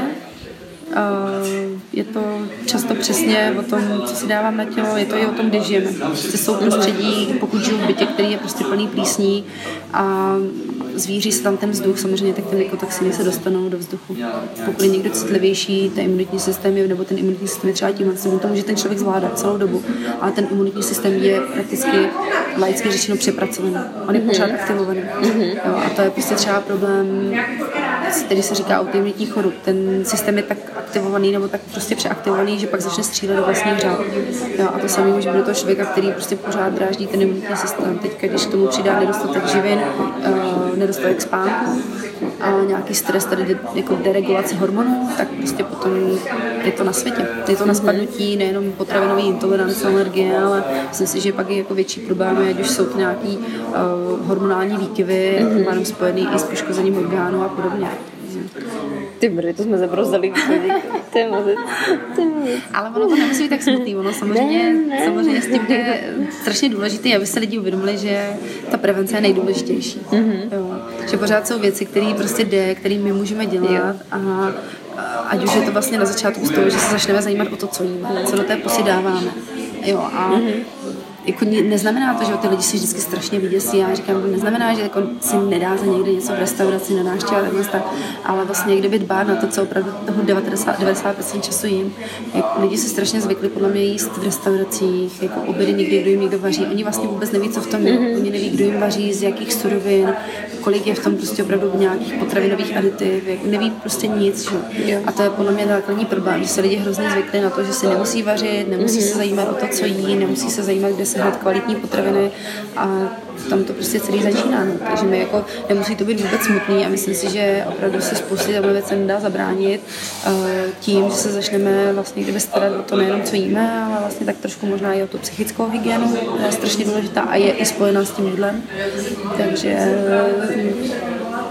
Je to často přesně o tom, co si dávám na tělo, je to i o tom, kde žijeme. Prostě jsou prostředí, pokud žiju v bytě, který je prostě plný plísní a zvíří se tam ten vzduch, samozřejmě tak ty mykotoxiny se dostanou do vzduchu. Pokud je někdo citlivější, ten imunitní systém je, nebo ten imunitní systém je třeba tím, to může ten člověk zvládat celou dobu, ale ten imunitní systém je prakticky laicky řečeno přepracovaný. On je pořád aktivovaný. Jo, a to je prostě třeba problém, který se říká autoimunitní chorob. Ten systém je tak aktivovaný nebo tak prostě přeaktivovaný, že pak začne střílet do vlastních řád. Jo, a to samé může být do toho člověka, který prostě pořád dráždí ten imunitní systém. Teď, když k tomu přidá nedostatek živin, uh, nedostatek spánku a nějaký stres, tady de, jako deregulace hormonů, tak prostě potom je to na světě. Je to na spadnutí nejenom potravinové intolerance, alergie, ale myslím si, že pak je jako větší problémy, ať už jsou to nějaký uh, hormonální výkyvy, mm-hmm. spojený i s poškozením orgánů a podobně. Ty brdy, to jsme zabrozdali. To je mazec. Ale ono to nemusí být tak smutný. Ono samozřejmě, ne, ne. samozřejmě s tím je strašně důležité, aby se lidi uvědomili, že ta prevence je nejdůležitější. Mm-hmm. Jo. Že pořád jsou věci, které prostě jde, které my můžeme dělat a ať už je to vlastně na začátku z toho, že se začneme zajímat o to, co jíme, co do té pusy dáváme. Jo, a mm-hmm. jako neznamená to, že ty lidi si vždycky strašně vyděsí. Já říkám, to neznamená, že jako si nedá za někde něco v restauraci na návštěvě, ale vlastně kdyby dbát na to, co opravdu toho devadesát procent času jim. Jak lidi se strašně zvykli podle mě jíst v restauracích, jako obědy někdy, kdo jim někdo vaří. Oni vlastně vůbec neví, co v tom je. Oni neví, kdo jim vaří, z jakých surovin, kolik je v tom prostě opravdu nějakých potravinových aditiv, jako neví prostě nic. Že? A to je podle mě základní problém, že se lidi hrozně zvykli na to, že si nemusí vařit, nemusí se zajímat o to, co jí, nemusí se zajímat, kde se hned kvalitní potraviny a tam to prostě celý začíná. No. Takže my jako nemusí to být vůbec smutný a myslím si, že opravdu se spoustě těchto věcem dá zabránit uh, tím, že se začneme vlastně kdyby starat o to nejenom, co jíme, ale vlastně tak trošku možná i o tu psychickou hygienu, která je strašně důležitá a je i spojená s tím jídlem. Takže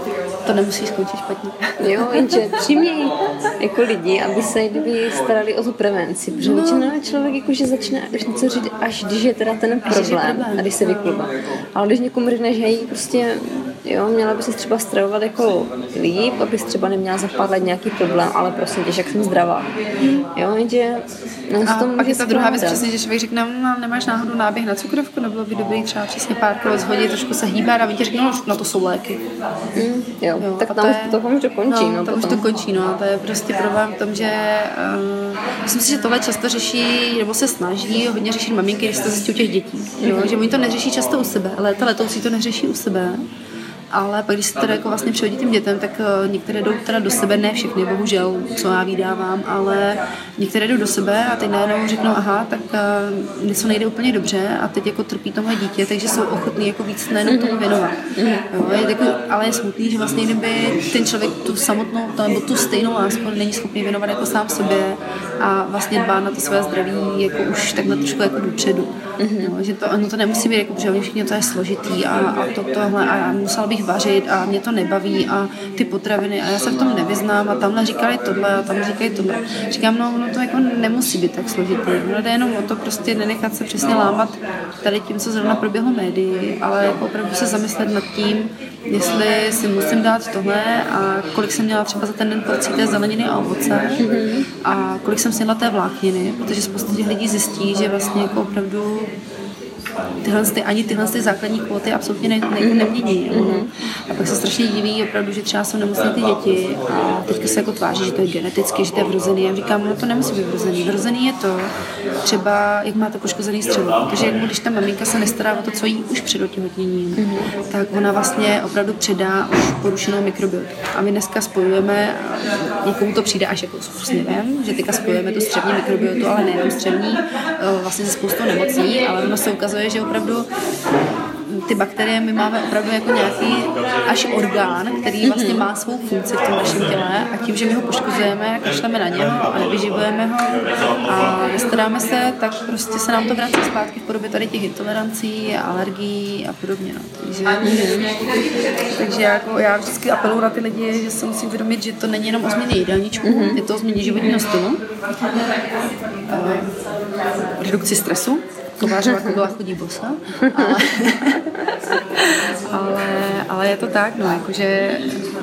to nemusí skončit špatně. Jo, jenže přimějí jako lidi, aby se kdyby starali o tu prevenci, protože no. většinou člověk jakože začne něco říct, až když je teda ten problém a když se vyklubá. Ale když někomu řekne, že jí prostě, jo, měla by se třeba stravovat jako líp, abys třeba neměla za pár let nějaký problém, ale prosím tě, jak jsem zdravá. Jo, jenže no, a pak je ta druhá věc přesně, že člověk řekne, no, nemáš náhodou náběh na cukrovku, nebylo by dobrý třeba přesně pár kilo zhodit, trošku se hýbat a víte, řekne, no, na to jsou léky. Mm, jo, jo, tak tam to, je, to už to končí. No, no, tam už to končí, no, to je prostě problém v tom, že uh, myslím si, že tohle často řeší, nebo se snaží hodně řešit maminky, když to zjistí u těch dětí, jo, že oni to neřeší často u sebe, ale ta letoucí to neřeší u sebe. Ale pak, když se teda jako vlastně přihodí těm dětem, tak uh, některé jdou teda do sebe, ne všechny, bohužel, co já vydávám, ale některé jdou do sebe a teď najednou řeknou, aha, tak uh, něco nejde úplně dobře a teď jako trpí tohle dítě, takže jsou ochotní jako víc najednou tomu věnovat. Jo, je jako, ale je smutný, že vlastně kdyby ten člověk tu samotnou, nebo tu stejnou lásku není schopný věnovat jako sám sobě a vlastně dbá na to své zdraví jako už takhle trošku jako dopředu. Jo, že to, ono to nemusí být, jako, že oni všichni to je složitý a, a to, tohle a musela bych vařit a mě to nebaví a ty potraviny a já se v tom nevyznám a tamhle říkali tohle a tam říkají tohle. Říkám, no, no to jako nemusí být tak složitý. No jde jenom o to prostě nenechat se přesně lámat tady tím, co zrovna proběhlo médii, ale jako opravdu se zamyslet nad tím, jestli si musím dát tohle a kolik jsem měla třeba za ten den porcí té zeleniny a ovoce a kolik jsem snědla té vlákniny, protože spousta těch lidí zjistí, že vlastně jako opravdu tyhle, ani tyhle základní kvóty absolutně ne, ne, nemění. Mm-hmm. A pak se strašně diví opravdu, že třeba jsou nemocné ty děti a teďka se jako tváří, že to je geneticky, že to je vrozený. Já říkám, no to nemusí být vrozený. Vrozený je to třeba, jak máte poškozený střevo. Protože jak když ta maminka se nestará o to, co jí už před otěhotněním, mm-hmm. tak ona vlastně opravdu předá už porušenou mikrobiotu. A my dneska spojujeme, někomu to přijde až jako s úsměvem, že teďka spojujeme tu střevní mikrobiotu, ale nejenom střevní, vlastně se spoustou nemocí, ale ono se ukazuje, že opravdu ty bakterie my máme opravdu jako nějaký až orgán, který vlastně má svou funkci v tom našem těle a tím, že my ho poškozujeme, kašleme na něho a nevyživujeme ho a nestaráme se, tak prostě se nám to vrací zpátky v podobě tady těch intolerancí a alergií a podobně. No. Takže, takže jako já vždycky apeluji na ty lidi, že se musí uvědomit, že to není jenom o změně jídelníčku, mm-hmm. je to o změně životního stylu, redukci stresu, Kovářová Kugla chodí bosa, ale, ale, ale je to tak, no, jakože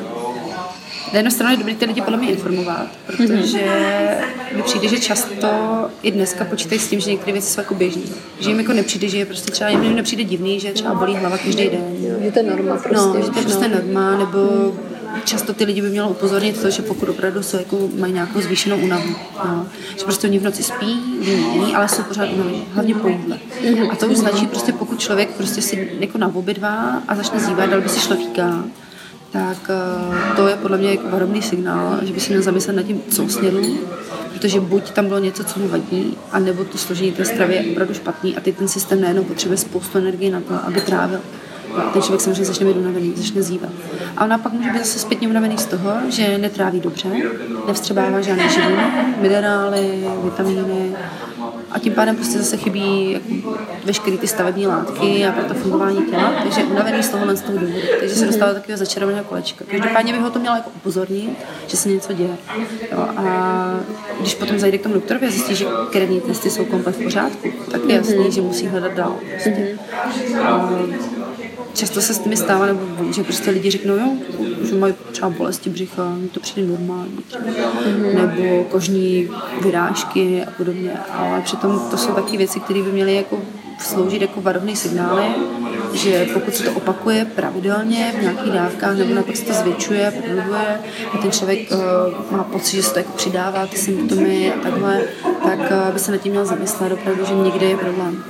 na jednu stranu je dobrý ty lidi podle mě informovat, protože mi přijde, že často i dneska počítají s tím, že některé věci jsou jako běžný. Že jim jako nepřijde, že je prostě třeba, jim nepřijde divný, že třeba bolí hlava každý den. Je to norma prostě. No, že to je prostě norma, nebo často ty lidi by mělo upozornit to, že pokud opravdu jsou, jako mají nějakou zvýšenou únavu. No. Že prostě oni v noci spí, jiný, ale jsou pořád unavení, hlavně po jídle. A to už značí prostě, pokud člověk prostě si jako naobědvá a začne zívat, dal by si šlofíka, tak to je podle mě jako varovný signál, že by si měl zamyslet nad tím, co snědl, protože buď tam bylo něco, co mu vadí, anebo to složení té stravy je opravdu špatný a ty ten systém najednou potřebuje spoustu energie na to, aby trávil. A ten člověk samozřejmě začne být unavený, začne zívat. A ona pak může být zase zpětně unavený z toho, že netráví dobře, nevstřebává žádné živiny, minerály, vitamíny a tím pádem prostě zase chybí jako veškeré ty stavební látky a pro to fungování těla, takže je unavený z tohohle z toho důvodu. Takže se dostává do takového začarovaného kolečka. Každopádně bych ho to měla jako upozornit, že se něco děje. Jo, a když potom zajde k tomu doktorovi a zjistí, že krevní testy jsou komplet v pořádku, tak je jasný, že musí hledat dál. Prostě. A často se s tím stává, nebo že prostě lidi řeknou, jo, že mají třeba bolesti břicha, mi to přijde normální, mm-hmm. nebo kožní vyrážky a podobně, ale přitom to jsou taky věci, které by měly jako sloužit jako varovný signály, že pokud se to opakuje pravidelně v nějakých dávkách, nebo naopak se to zvětšuje, prodlubuje a ten člověk uh, má pocit, že se to jako přidává ty symptomy a takhle, tak uh, by se nad tím měl zamyslet opravdu, že někde je problém.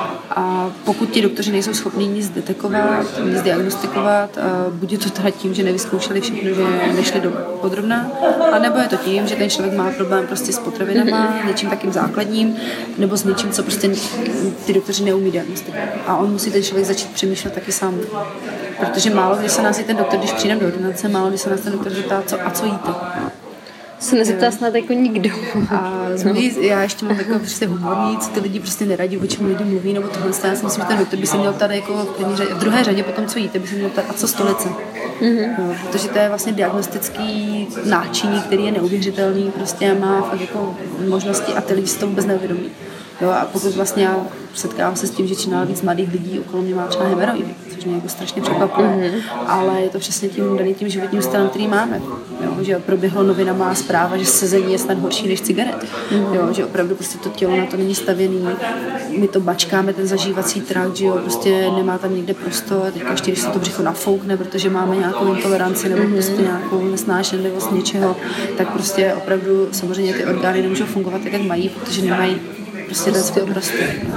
A pokud ti doktoři nejsou schopní nic detekovat, nic diagnostikovat, buď je to teda tím, že nevyzkoušeli všechno, že nešli do podrobna, anebo je to tím, že ten člověk má problém prostě s potravinama, něčím takým základním, nebo s něčím, co prostě ty doktoři neumí diagnostikovat. A on musí ten člověk začít přemýšlet taky sám. Protože málo kdy se nás i ten doktor, když přijdeme do ordinace, málo kdy se nás ten doktor zeptá, co a co jíte. se nezeptá snad jako nikdo. A z mluví, já ještě mám takové prostě humorní, co ty lidi prostě neradí, o čem lidi mluví, nebo tohle. Já si myslím, že ten doktor by se měl ptát jako v, první řadě, v druhé řadě potom, co jíte, by se měl ptát, a co stolice. Mm-hmm. No, protože to je vlastně diagnostický náčiní, který je neuvěřitelný, prostě má fakt jako možnosti a ty lidi si to vůbec neuvědomí. Jo, a pokud vlastně já setkávám se s tím, že čím dál víc mladých lidí okolo mě má třeba hemoroidy, což mě jako strašně překvapuje, mm-hmm. ale je to přesně tím daný tím životním stylem, který máme. Jo, že proběhlo novinama zpráva, že sezení je snad horší než cigaret. Mm-hmm. Jo, že opravdu prostě to tělo na to není stavěný. My to bačkáme, ten zažívací trakt, že jo, prostě nemá tam někde prostor. Teďka ještě, když se to břicho nafoukne, protože máme nějakou intoleranci nebo mm-hmm. prostě nějakou nesnášenlivost něčeho, tak prostě opravdu samozřejmě ty orgány nemůžou fungovat tak, jak mají, protože nemají prostě ten svůj prostor.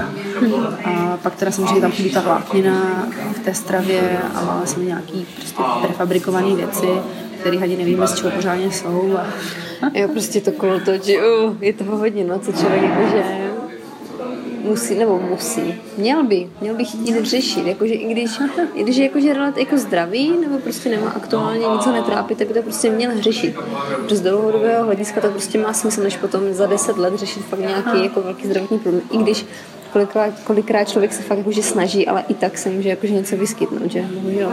A pak teda samozřejmě tam chybí ta vláknina v té stravě a máme se nějaký prostě prefabrikované věci, které ani nevíme, z čeho pořádně jsou. A... Jo, prostě to kolotoč, uh, je toho hodně, no, co člověk jakože musí, nebo musí, měl by, měl by chtít řešit, jakože i když, i když je jakože relativně jako zdravý, nebo prostě nemá aktuálně nic, co netrápí, tak by to prostě měl řešit. Protože z dlouhodobého hlediska to prostě má smysl, než potom za deset let řešit fakt nějaký jako velký zdravotní problém, i když kolikrát, kolikrát člověk se fakt jakože snaží, ale i tak se může jakože něco vyskytnout, že? Bohužel.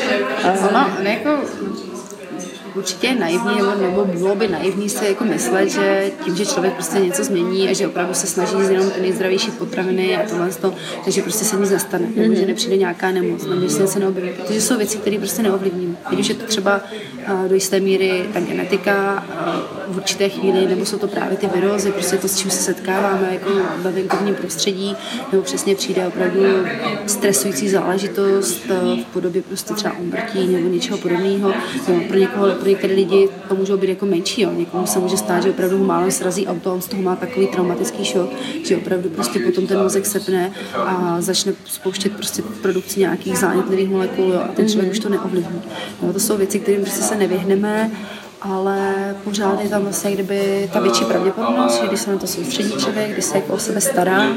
No, ne jako... Určitě je naivní, nebo, nebo bylo by naivní se jako myslet, že tím, že člověk prostě něco změní a že opravdu se snaží jenom ty nejzdravější potraviny a tohle, takže prostě se nic nestane, mm-hmm. nebo že nepřijde nějaká nemoc, nebo že se neobjeví, protože jsou věci, které prostě neovlivníme. Ať už je to třeba uh, do jisté míry ta genetika uh, v určité chvíli, nebo jsou to právě ty virózy, prostě to, s čím se setkáváme jako ve venkovním prostředí, nebo přesně přijde opravdu stresující záležitost uh, v podobě prostě třeba úmrtí nebo něčeho podobného. No, pro někoho pro některé lidi to můžou být jako menší, jo. Někomu se může stát, že opravdu málo srazí auto, on z toho má takový traumatický šok, že opravdu prostě potom ten mozek sepne a začne spouštět prostě produkci nějakých zánětlivých molekul, jo, a ten člověk mm-hmm. už to neovlivní. No, to jsou věci, kterým prostě se nevyhneme, ale pořád je tam vlastně kdyby ta větší pravděpodobnost, že když se na to soustředí člověk, když se jako o sebe stará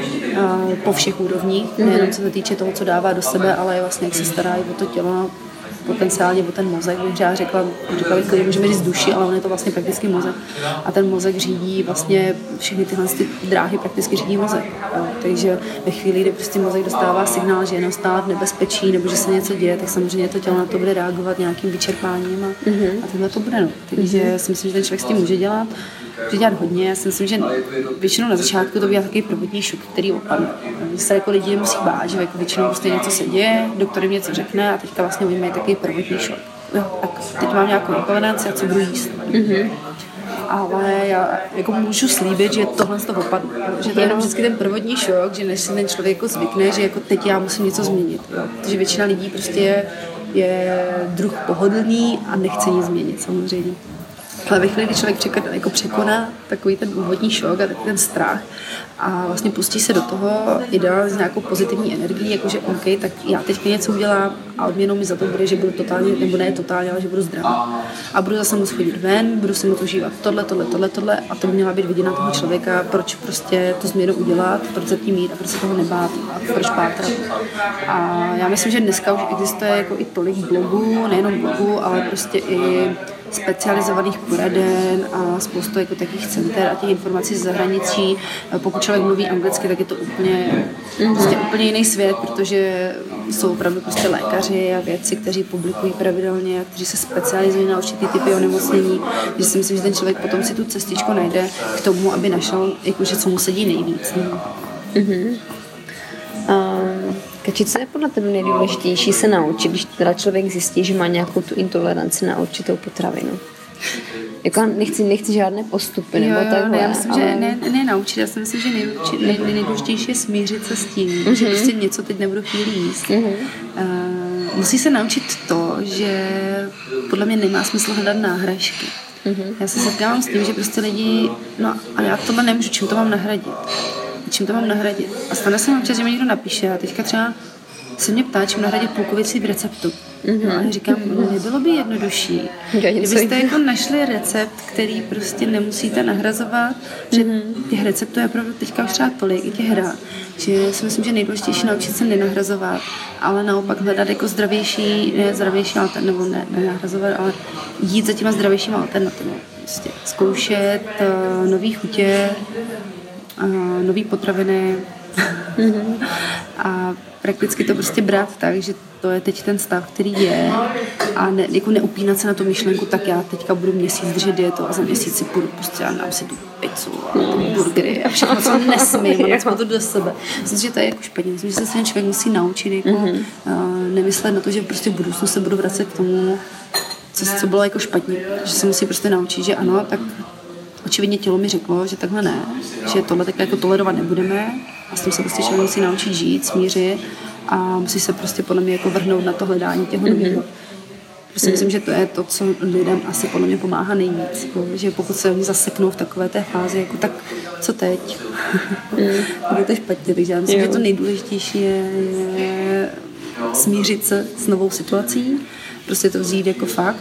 po všech úrovních, nejenom co se týče toho, co dává do sebe, ale vlastně jak se stará i o to tělo, potenciálně o ten mozek, bych já řekla, řekla bych, že můžeme říct duši, ale on je to vlastně prakticky mozek. A ten mozek řídí vlastně všechny tyhle ty dráhy prakticky řídí mozek. Jo. Takže ve chvíli, kdy prostě mozek dostává signál, že je neustále v nebezpečí nebo že se něco děje, tak samozřejmě to tělo na to bude reagovat nějakým vyčerpáním a, mm-hmm. a tohle to bude. No. Takže mm-hmm. si myslím, že ten člověk s tím může dělat. Může dělat hodně. Já si myslím, že většinou na začátku to bývá takový prvotní šok, který opadne. Když se jako lidi nemusí bát, že jako většinou prostě něco se děje, doktor jim něco řekne a teďka vlastně oni mají takový prvotní šok. Jo, tak teď mám nějakou intoleranci a co budu jíst. Mm-hmm. Ale já jako můžu slíbit, že tohle z toho opadne. Že to je jenom vždycky ten prvotní šok, že než se ten člověk jako zvykne, že jako teď já musím něco změnit. Jo. Protože většina lidí prostě je, je druh pohodlný a nechce nic změnit samozřejmě. Ale ve chvíli, kdy člověk překoná, jako překoná takový ten úvodní šok a ten strach a vlastně pustí se do toho ideálně s nějakou pozitivní energií, jakože OK, tak já teď něco udělám a odměnou mi za to bude, že budu totálně, nebo ne totálně, ale že budu zdravý. A budu zase moct chodit ven, budu si moct užívat tohle, tohle, tohle, tohle a to by měla být viděna toho člověka, proč prostě tu změnu udělat, proč se tím jít a proč se toho nebát a proč pátrat. A já myslím, že dneska už existuje jako i tolik blogů, nejenom blogů, ale prostě i specializovaných poraden a spoustu jako takových center a těch informací z zahraničí. Pokud člověk mluví anglicky, tak je to úplně, mm-hmm. prostě úplně jiný svět, protože jsou opravdu prostě lékaři a vědci, kteří publikují pravidelně a kteří se specializují na určitý typy onemocnění. Takže si myslím, že ten člověk potom si tu cestičku najde k tomu, aby našel, jakože, co mu sedí nejvíc. Mm-hmm. Um... Kači, co je podle tebe nejdůležitější se naučit, když teda člověk zjistí, že má nějakou tu intoleranci na určitou potravinu? Jako nechci, nechci žádné postupy nebo jo, jo, takhle. Já myslím, ale... že ne, ne naučit, já si myslím, že nej, nej, nejdůležitější je smířit se s tím, mm-hmm. že prostě něco teď nebudu chvíli jíst. Mm-hmm. Uh, musí se naučit to, že podle mě nemá smysl hledat náhražky. Mm-hmm. Já se setkávám s tím, že prostě lidi, no a já tohle nemůžu, čím to mám nahradit? Čím to mám nahradit? A stane se mi občas, že mi někdo napíše a teďka třeba se mě ptá, čím nahradit půlku věcí v receptu. Mm-hmm. A já říkám, nebylo by jednodušší, kdybyste jako našli recept, který prostě nemusíte nahrazovat, že mm-hmm. těch receptů je opravdu teďka už třeba tolik, i těch hrách, že si myslím, že nejdůležitější naučit se nenahrazovat, ale naopak hledat jako zdravější, ne zdravější alternativy, nebo ne, nenahrazovat, ale jít za těma zdravějšíma alternativami. Prostě zkoušet uh, nový chutě, uh, nový potraviny mm-hmm. a prakticky to prostě brát tak, že to je teď ten stav, který je a ne, jako neupínat se na tu myšlenku, tak já teďka budu měsíc držet dietu a za měsíc si půjdu prostě a dám si tu pizzu a burgery a všechno, co nesmím a nacmu to do sebe. Myslím, že to je jako špatně. Myslím, že se ten člověk musí naučit jako mm-hmm. uh, nemyslet na to, že prostě v budoucnu se budu vracet k tomu, co, co bylo jako špatně. Že se musí prostě naučit, že ano, tak očividně tělo mi řeklo, že takhle ne, že tohle tak jako tolerovat nebudeme a s tím se prostě člověk musí naučit žít, smířit a musí se prostě podle mě jako vrhnout na to hledání těho nového. Mm-hmm. Prostě myslím, že to je to, co lidem asi podle mě pomáhá nejvíc, že pokud se oni zaseknou v takové té fázi, jako tak co teď? Mm. Je to špatně, takže já myslím, jo. že to nejdůležitější je, je smířit se s novou situací, prostě to vzít jako fakt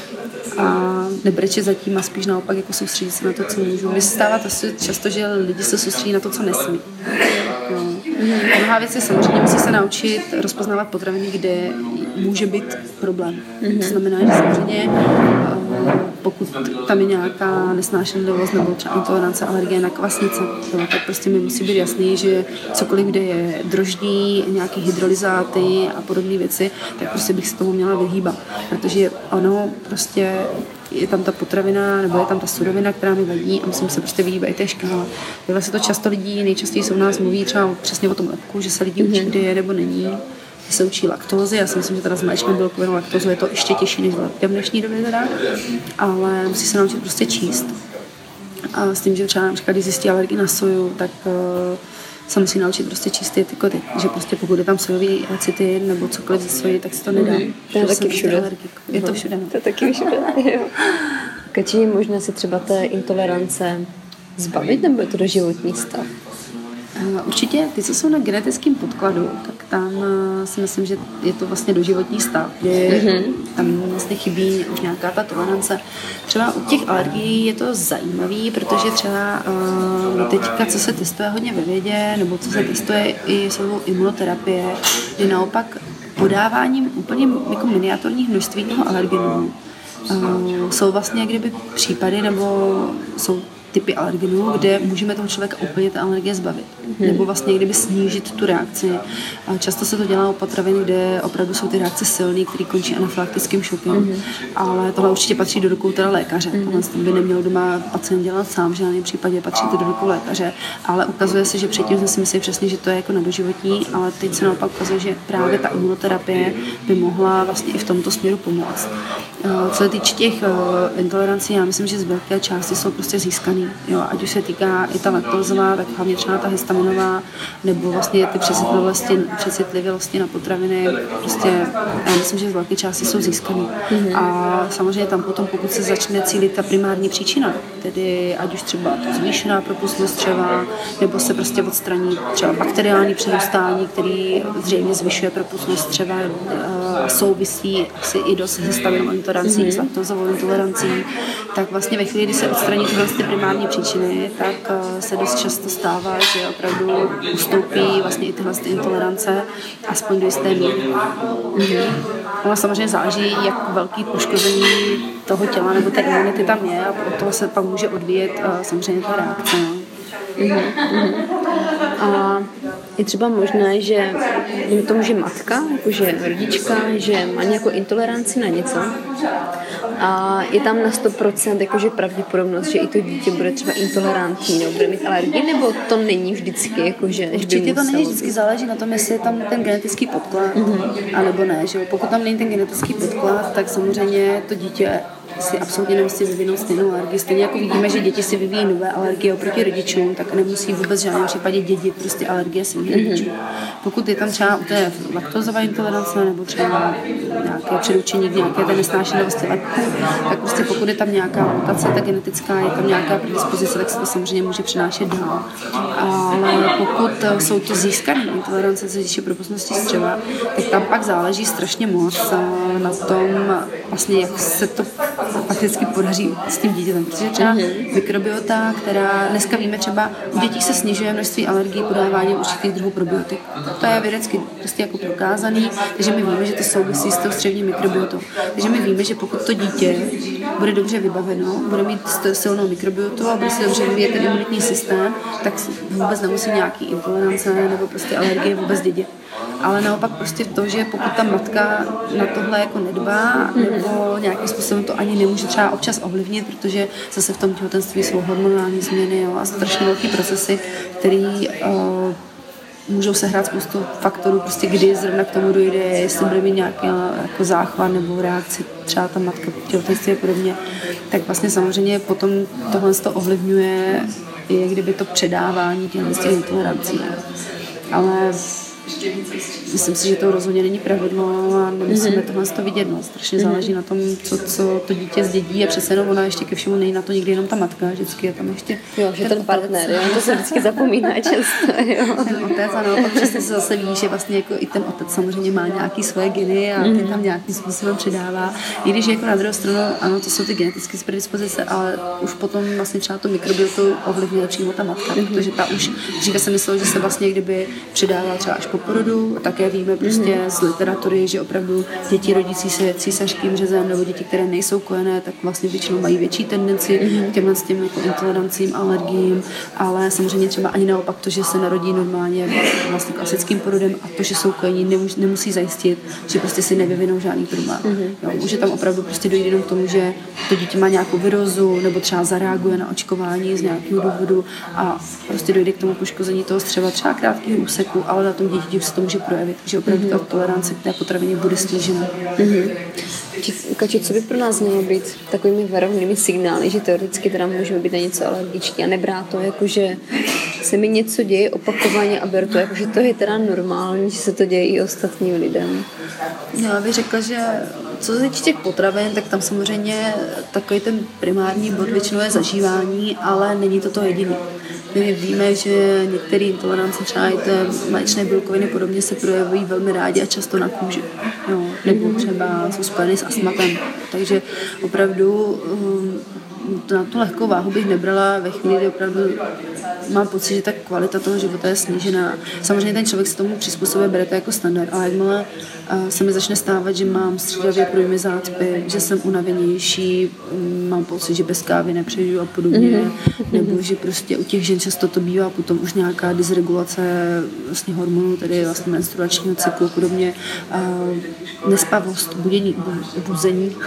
a nebrečet zatím a spíš naopak jako soustředit se na to, co můžu. Mně se stává asi často, že lidi se soustředí na to, co nesmí. No. A mnoha věci samozřejmě musí se naučit rozpoznávat potraviny, kde může být problém. Mm-hmm. To znamená, že samozřejmě pokud tam je nějaká nesnášenlivost nebo třeba intolerance, alergie na kvasnice, tak prostě mi musí být jasný, že cokoliv, kde je droždí, nějaké hydrolyzáty a podobné věci, tak prostě bych se tomu měla vyhýbat. Protože ono prostě je tam ta potravina, nebo je tam ta surovina, která mi vadí a musím se prostě vyhýbat i té škále. Takhle se to často lidí, nejčastěji se u nás mluví třeba přesně o tom lepku, že se lidi učí, kde je nebo není. Se učí laktózy, já si myslím, že teda s mléčkem bílkovinou laktózu je to ještě těžší než v dnešní době teda, ale musí se naučit prostě číst. A s tím, že třeba například, když zjistí alergii na soju, tak uh, se musí naučit prostě číst ty kody, že prostě pokud je tam sojový cytin nebo cokoliv ze soji, tak se to nedá. Mm-hmm. To je taky všude. Je to všude. No. To je taky všude, jo. Kači, je možné se třeba té intolerance zbavit, nebo je to doživotní stav? Určitě ty, co jsou na genetickém podkladu, tak tam si myslím, že je to vlastně doživotní stav, kde mm-hmm. tam vlastně chybí už nějaká ta tolerance. Třeba u těch alergií je to zajímavý, protože třeba uh, teďka, co se testuje hodně ve vědě, nebo co se testuje i slovou imunoterapie, je naopak podáváním úplně jako miniaturních množství toho alergenu. Uh, jsou vlastně jak kdyby případy, nebo jsou typy alergenů, kde můžeme toho člověka úplně ta alergie zbavit. Hmm. Nebo vlastně kdyby snížit tu reakci. A často se to dělá u potravin, kde opravdu jsou ty reakce silné, které končí anafylaktickým šokem. Hmm. Ale tohle určitě patří do rukou teda lékaře. Hmm. Tohle by neměl doma pacient dělat sám, v žádném případě patří to do rukou lékaře. Ale ukazuje se, že předtím jsme si mysleli přesně, že to je jako na doživotní, ale teď se naopak ukazuje, že právě ta imunoterapie by mohla vlastně i v tomto směru pomoct. Co se týče těch intolerancí, já myslím, že z velké části jsou prostě získaný. Jo, ať už se týká i ta laktózová, tak hlavně třeba ta histaminová, nebo vlastně ty přecitlivosti, přecitlivosti na potraviny, prostě já myslím, že z velké části jsou získaný. Mm-hmm. A samozřejmě tam potom, pokud se začne cílit ta primární příčina, tedy ať už třeba to zvýšená propustnost střeva, nebo se prostě odstraní třeba bakteriální přerůstání, který zřejmě zvyšuje propustnost střeva a souvisí asi i dost s histaminovou intolerancí, mm-hmm. s laktózovou intolerancí, tak vlastně ve chvíli, kdy se odstraní tyhle ty primární příčiny, tak uh, se dost často stává, že opravdu ustoupí vlastně i tyhle ty intolerance, aspoň do jisté míry. Mm-hmm. Ono samozřejmě záleží, jak velký poškození toho těla nebo té imunity tam je a od toho se pak může odvíjet uh, samozřejmě ta reakce. No. Mm-hmm. A je třeba možné, že to může matka, jakože rodička, že má nějakou intoleranci na něco a je tam na sto procent jakože pravděpodobnost, že i to dítě bude třeba intolerantní nebo bude mít alergii, nebo to není vždycky jakože... Určitě to není vždycky, záleží na tom, jestli je tam ten genetický podklad, mm-hmm. anebo ne. Že? Pokud tam není ten genetický podklad, tak samozřejmě to dítě si absolutně nemusí vyvinout stejnou alergii. Stejně jako vidíme, že děti si vyvíjí nové alergie oproti rodičům, tak nemusí vůbec v žádném případě dědit prostě alergie svých mm-hmm. rodičů. Pokud je tam třeba u té laktózové intolerance nebo třeba nějaké předurčení k nějaké té nesnášenlivosti lepku, tak prostě pokud je tam nějaká mutace, ta genetická, je tam nějaká predispozice, tak se to samozřejmě může přenášet dál. A ale pokud jsou to získané intolerance, co se týče propustnosti střeva, tak tam pak záleží strašně moc na tom, vlastně, jak se to fakticky podaří s tím dítětem. Protože třeba mm-hmm. mikrobiota, která dneska víme, třeba u dětí se snižuje množství alergií podáváním určitých druhů probiotik. To je vědecky prostě jako prokázaný, takže my víme, že to souvisí s tou střevní mikrobiotou. Takže my víme, že pokud to dítě bude dobře vybaveno, bude mít silnou mikrobiotu a bude si dobře vyvíjet ten imunitní systém, tak vůbec nemusí nějaký intolerance nebo prostě alergie vůbec dědit. Ale naopak prostě to, že pokud ta matka na tohle jako nedbá, nebo nějakým způsobem to ani nemůže třeba občas ovlivnit, protože zase v tom těhotenství jsou hormonální změny, jo, a strašně velký procesy, který uh, můžou sehrát spoustu faktorů, prostě kdy zrovna k tomu dojde, jestli bude mít nějaký jako záchvat nebo reakci, třeba ta matka těhotenství a podobně, tak vlastně samozřejmě potom tohle to ovlivňuje i kdyby to předávání těchto intolerancí. Ale myslím si, že to rozhodně není pravidlo a nemusíme mm-hmm. tohle to vidět. No. Strašně záleží mm-hmm. na tom, co, co to dítě zdědí a přece jenom ona ještě ke všemu není na to nikdy jenom ta matka, vždycky je tam ještě jo, že ten, ten partner, jo, to se vždycky zapomíná často. Jo. Ten otec a naopak přesně se zase ví, že vlastně jako i ten otec samozřejmě má nějaký svoje geny a mm-hmm. ty tam nějakým způsobem předává. I když jako na druhou stranu, ano, to jsou ty genetické predispozice, ale už potom vlastně třeba tu mikrobiotu ovlivňuje přímo ta matka, mm-hmm. protože ta už, dříve se myslelo, že se vlastně kdyby předává třeba až po porodu. Také víme prostě mm-hmm. z literatury, že opravdu děti rodící se císařským řezem nebo děti, které nejsou kojené, tak vlastně většinou mají větší tendenci mm-hmm. těmhle s těm jako intolerancím, alergiím, ale samozřejmě třeba ani naopak to, že se narodí normálně vlastně klasickým porodem a to, že jsou kojení, nemusí, nemusí zajistit, že prostě si nevyvinou žádný problém. Mm-hmm. Jo, může tam opravdu prostě dojít jenom k tomu, že to dítě má nějakou virózu nebo třeba zareaguje na očkování z nějakého důvodu a prostě dojde k tomu poškození toho střeva třeba krátkého úseku, ale na tom dítěti už se to může projevit, že opravdu ta tolerance k té potravině bude snížena. Mm-hmm. Kači, co by pro nás mělo být takovými varovnými signály, že teoreticky teda můžeme být na něco alergičtí a nebrát to, jakože se mi něco děje opakovaně a beru to, jakože to je teda normální, že se to děje i ostatním lidem. Já bych řekla, že co se týče těch potravin, tak tam samozřejmě takový ten primární bod většinou je zažívání, ale není to to jediné. My víme, že některé intolerance, třeba i té mléčné bílkoviny podobně se projevují velmi rádi a často na kůži. Jo, nebo třeba jsou spojeny s astmatem. Takže opravdu um, na tu lehkou váhu bych nebrala ve chvíli, kdy opravdu mám pocit, že ta kvalita toho života je snížená. Samozřejmě ten člověk se tomu přizpůsobuje, bere to jako standard, ale jakmile uh, se mi začne stávat, že mám střídavě průjmy zácpy, že jsem unavenější, um, mám pocit, že bez kávy nepřežiju a podobně, mm-hmm. nebo že prostě u těch žen často to bývá potom už nějaká dysregulace vlastně hormonů, tedy vlastně menstruačního cyklu a podobně, uh, nespavost, budění, buzení,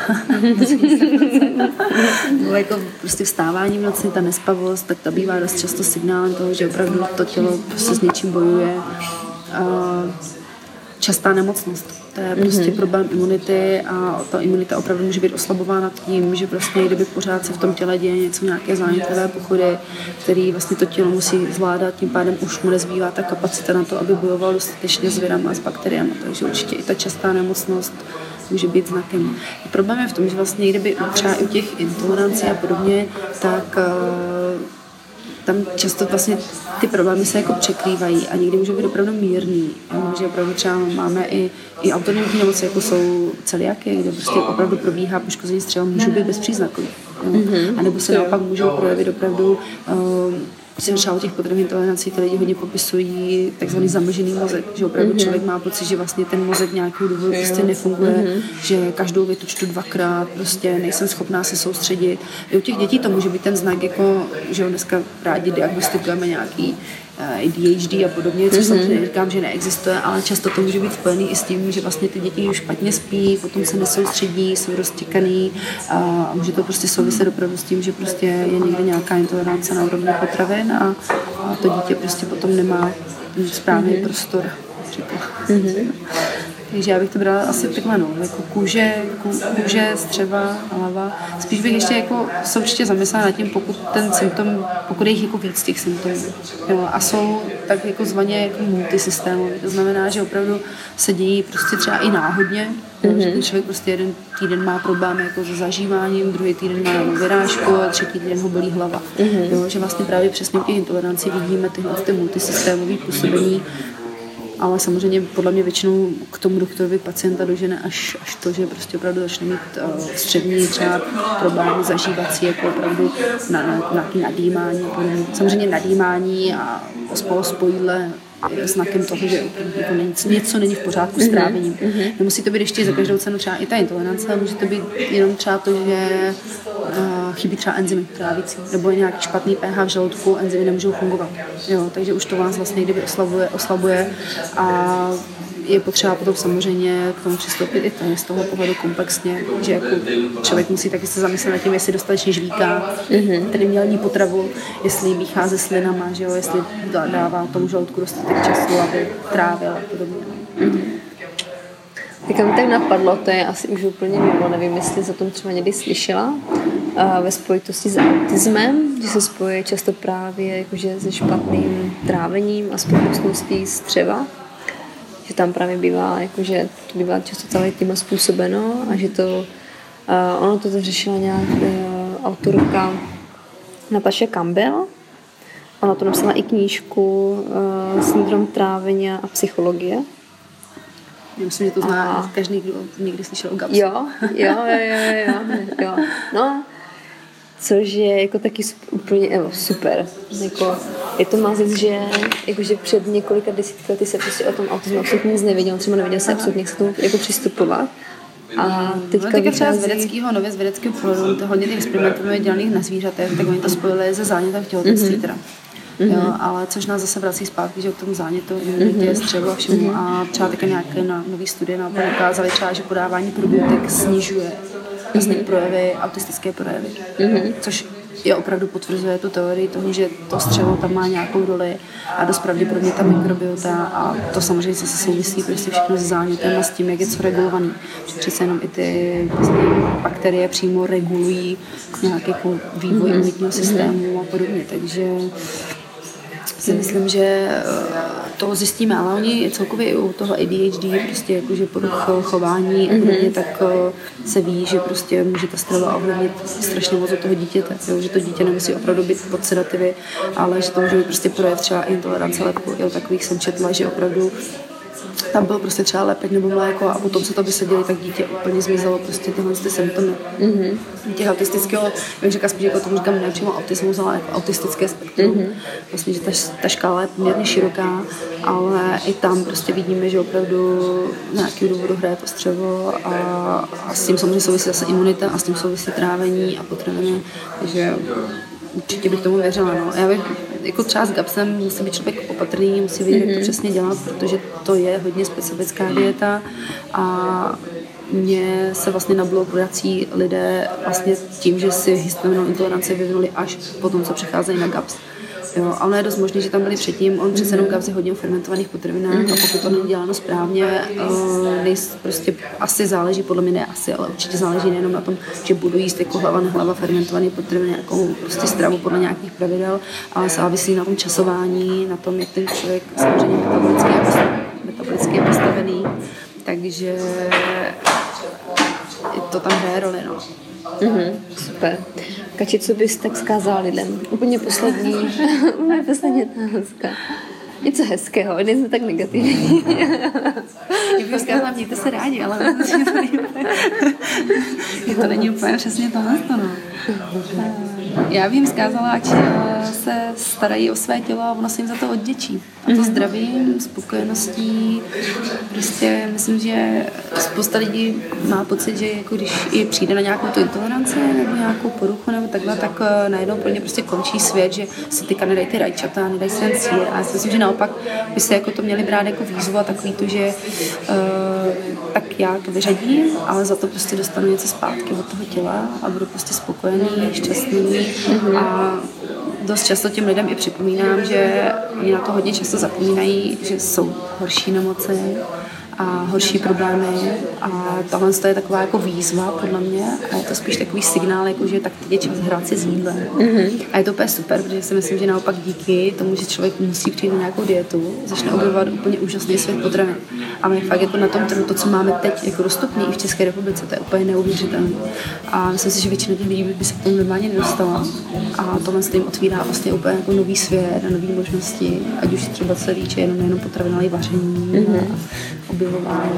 nebo jako prostě vstávání v noci, ta nespavost, tak ta bývá dost často signálem toho, že opravdu to tělo prostě s něčím bojuje. Uh, častá nemocnost. To je prostě mm-hmm. problém imunity a ta imunita opravdu může být oslabována tím, že vlastně kdyby pořád se v tom těle děje něco, nějaké zánětlivé pochody, které vlastně to tělo musí zvládat, tím pádem už mu nezbývá ta kapacita na to, aby bojoval dostatečně s virama a s bakteriemi. Takže určitě i ta častá nemocnost může být znakem. Problém je v tom, že vlastně kdyby třeba i u těch intolerancí a podobně, tak uh, tam často vlastně ty problémy se jako překrývají a někdy může být opravdu mírný. Že opravdu třeba máme i, i autoimunitní nemoci, jako jsou celiaky, kde prostě opravdu probíhá poškození střeva, můžou být bezpříznakový. Mm-hmm. A nebo se naopak můžou projevit opravdu uh, třeba u těch potravin intolerancí ty lidi hodně popisují takzvaný zamlžený mozek, že opravdu mm-hmm. člověk má pocit, že vlastně ten mozek nějakého důvodu prostě nefunguje, mm-hmm. že každou větu čtu dvakrát, prostě nejsem schopná se soustředit. I u těch dětí to může být ten znak, jako, že dneska rádi diagnostikujeme nějaký A D H D a podobně, což mm-hmm. samozřejmě říkám, že neexistuje, ale často to může být spojený i s tím, že vlastně ty děti už špatně spí, potom se nesoustředí, jsou roztěkaný a může to prostě souviset opravdu s tím, že prostě je někde nějaká intolerance na úrovni potravin a, a to dítě prostě potom nemá správný mm-hmm. prostor. Mm-hmm. Takže já bych to brala asi takhle, no, jako kůže, kůže, střeva, hlava. Spíš bych ještě jako se určitě zamyslela nad tím, pokud ten symptom, pokud je jich jako víc těch symptomů. Jo, a jsou tak jako zvaně jako multisystémové. To znamená, že opravdu se dějí prostě třeba i náhodně. Mm-hmm. Že ten člověk prostě jeden týden má problém jako se zažíváním, druhý týden má vyrážku a třetí týden ho bolí hlava. Mm-hmm. Jo, že vlastně právě přesně u těch intolerancí vidíme tyhle ty multisystémové působení. Ale samozřejmě podle mě většinou k tomu doktorovi pacienta dožene až, až to, že prostě opravdu začne mít uh, střední třeba problémy zažívací, jako opravdu na, na, nějaké nadýmání. Samozřejmě nadýmání a spolospojídle je znakem toho, že jako něco není v pořádku s trávením. Mm-hmm. Nemusí to být ještě za každou cenu třeba i ta intolerance, může to být jenom třeba to, že uh, chybí třeba enzymy trávicí, nebo je nějaký špatný pH v žaludku, enzymy nemůžou fungovat. Jo, takže už to vás vlastně kdyby oslabuje, oslabuje a je potřeba potom samozřejmě k tomu přistoupit i ten z toho pohledu komplexně, že jako člověk musí taky se zamyslet nad tím, jestli dostatečně žvíká, mm-hmm. tedy mělní potravu, jestli míchá se slinama, že jo, jestli dává tomu žaludku dostatek času, aby trávil a podobně. Mm-hmm. Tak mi tak napadlo, to je asi už úplně mimo, nevím, jestli za tom třeba někdy slyšela, a ve spojitosti s autismem, že se spojuje často právě jakože se špatným trávením a společností střeva. Že tam právě bývá, jakože to bývá často celé tím způsobeno a že to, uh, ono to řešila nějak uh, autorka Natasha Campbell. Ona to napsala i knížku uh, Syndrom trávení a psychologie. Já myslím, že to zná a... každý, kdo někdy slyšel o GAPS. Jo, jo, jo, jo, jo, jo. No, což je jako taky úplně no, super. Jako, je to mazec, že, jako, že před několika desítky lety se prostě o tom autismu absolutně nic nevěděl, třeba nevěděl se absolutně, jak se tomu jako přistupovat. A teďka, no, teďka třeba z vědeckého, nově z vědeckého pohledu, hodně těch experimentů dělaných na zvířatech, tak oni to spojili se zánětem v těhotenství mm-hmm. teda. Mm-hmm. Jo, ale což nás zase vrací zpátky, že k tomu zánětu, imunitě, střevu a všemu. Mm-hmm. A třeba také nějaké na, nový studie naopak ukázaly třeba, že podávání probiotik snižuje vlastně mm-hmm. projevy, autistické projevy. Mm-hmm. Což je opravdu potvrzuje tu teorii toho, že to střevo tam má nějakou roli a dost pravděpodobně ta mikrobiota a to samozřejmě se souvisí prostě všechno s zánětem a s tím, jak je co regulovaný. Přece jenom i ty vlastně bakterie přímo regulují nějaký vývoj imunitního systému a podobně, takže si myslím, že toho zjistíme, ale oni celkově u toho A D H D, prostě jakože poruch chování a podobně, tak se ví, že prostě může ta strava ovlivnit strašně moc od toho dítěte, jo? Že to dítě nemusí opravdu být pod sedativy, ale že to může být prostě projev třeba intolerance lepku, jo, takových jsem četla, že opravdu tam byl prostě třeba lepek nebo mléko a potom se to vysadili, tak dítě úplně zmizelo prostě tyhle ty symptomy. Mm-hmm. Těch autistického, bych řekla spíš jako tomu říkám nepřímo autismus, ale jako autistické spektrum. Mm-hmm. Vlastně, že ta, ta škála je poměrně široká, ale i tam prostě vidíme, že opravdu nějaký důvodu hraje to střevo a, a s tím samozřejmě souvisí zase imunita a s tím souvisí trávení a potraviny, takže určitě bych tomu věřila. No. Já bych, jako třeba s GAPSem musí být člověk opatrný, musí vědět, mm-hmm. jak to přesně dělat, protože to je hodně specifická dieta a mně se vlastně na blogu vrací lidé vlastně tím, že si histaminovou intoleranci vyvinuli až po tom, co přecházejí na GAPS. Jo, ale je dost možné, že tam byli předtím, on přece jenom GAPS je hodně v fermentovaných potravinách a pokud to není děláno správně, uh, nejs, prostě asi záleží, podle mě ne asi, ale určitě záleží nejenom na tom, že budu jíst jako hlava nehlava fermentované potraviny, nějakou prostě stravu podle nějakých pravidel, ale závisí na tom časování, na tom, jak ten člověk samozřejmě metabolicky je postavený, metabolicky je postavený, takže to tam hraje roli, no. Mm-hmm, super. Kači, co bys tak zkázala lidem? Úplně poslední, úplně poslední otázka. Něco hezkého, nejsme tak negativní. Já bych zkázala, mějte se rádi, ale to není úplně přesně tohle. No. Já bych jim zkázala, ať se starají o své tělo a ono se jim za to odděčí. A to zdravím, spokojeností. Prostě myslím, že spousta lidí má pocit, že jako když i přijde na nějakou tu intoleranci nebo nějakou poruchu nebo takhle, tak najednou pro ně prostě končí svět, že si tyka nedají ty rajčata, nedají si ten sýr. A já si myslím, že naopak by se jako to měli brát jako výzvu a takový to, že uh, tak já to vyřadím, ale za to prostě dostanu něco zpátky od toho těla a budu prostě spokojený, šťastný. Mm-hmm. A dost často těm lidem i připomínám, že oni na to hodně často zapomínají, že jsou horší nemoci a horší problémy a tohle je taková jako výzva podle mě a je to spíš takový signál, jako že tak teď je čas hrát si s jídlem. Mm-hmm. A je to úplně super, protože si myslím, že naopak díky tomu, že člověk musí přijít na nějakou dietu, začne objevovat úplně úžasný svět potravin. A my fakt jako na tom trhu, to, co máme teď jako dostupný i v České republice, to je úplně neuvěřitelné. A myslím si, že většina těch lidí by se k tomu normálně nedostala. A tohle se jim otvírá vlastně úplně jako nový svět a nový možnosti, ať už třeba se týče jenom, jenom potravin, ale i vaření, mm-hmm. a objevování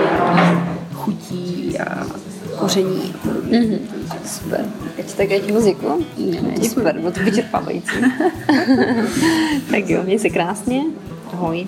chutí a koření. Mm-hmm. Super. Teď tak ať muziku? Ne, ne, super, bylo to vyčerpávající. Tak jo, měj se krásně. Ahoj.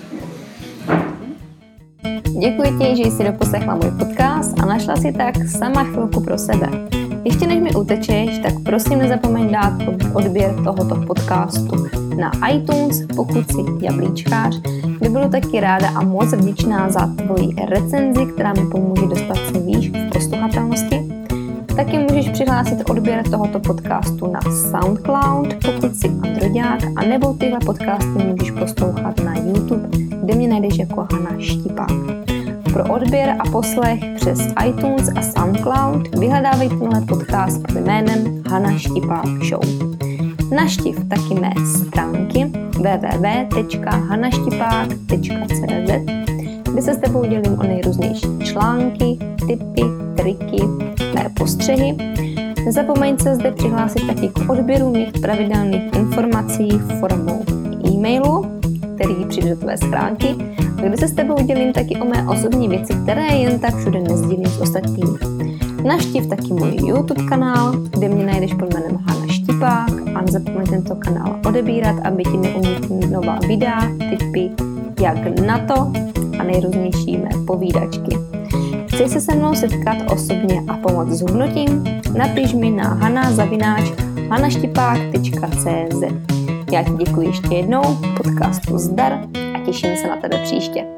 Děkuji ti, že jsi doposlechla můj podcast a našla si tak sama chvilku pro sebe. Ještě než mi utečeš, tak prosím nezapomeň dát odběr tohoto podcastu na iTunes, pokud jsi jablíčkář, kde budu taky ráda a moc vděčná za tvoji recenzi, která mi pomůže dostat se výš v posluchatelnosti. Taky můžeš přihlásit odběr tohoto podcastu na SoundCloud, pokud jsi androďák, anebo tyhle podcasty můžeš poslouchat na YouTube, kde mě najdeš jako Hana Štipák. Pro odběr a poslech přes iTunes a SoundCloud vyhledávej tenhle podcast pod jménem Hana Štipák Show. Navštiv taky mé stránky w w w tečka hana štipák tečka c z, kde se s tebou dělím o nejrůznější články, tipy, triky, mé postřehy. Nezapomeň se zde přihlásit taky k odběru mých pravidelných informací formou e-mailu, který přijde do tvé schránky, kde se s tebou dělím taky o mé osobní věci, které jen tak všude nesdílím s ostatními. Navštiv taky můj YouTube kanál, kde mě najdeš pod jménem Hana Štipák a nezapomeň tento kanál odebírat, aby ti neunikly nová videa, tipy, jak na to a nejrůznější mé povídačky. Chceš se se mnou setkat osobně a pomoct s hubnutím? Napiš mi na hana zavináč hana štipák tečka c z. Já ti děkuji ještě jednou, podcastu zdar a těším se na tebe příště.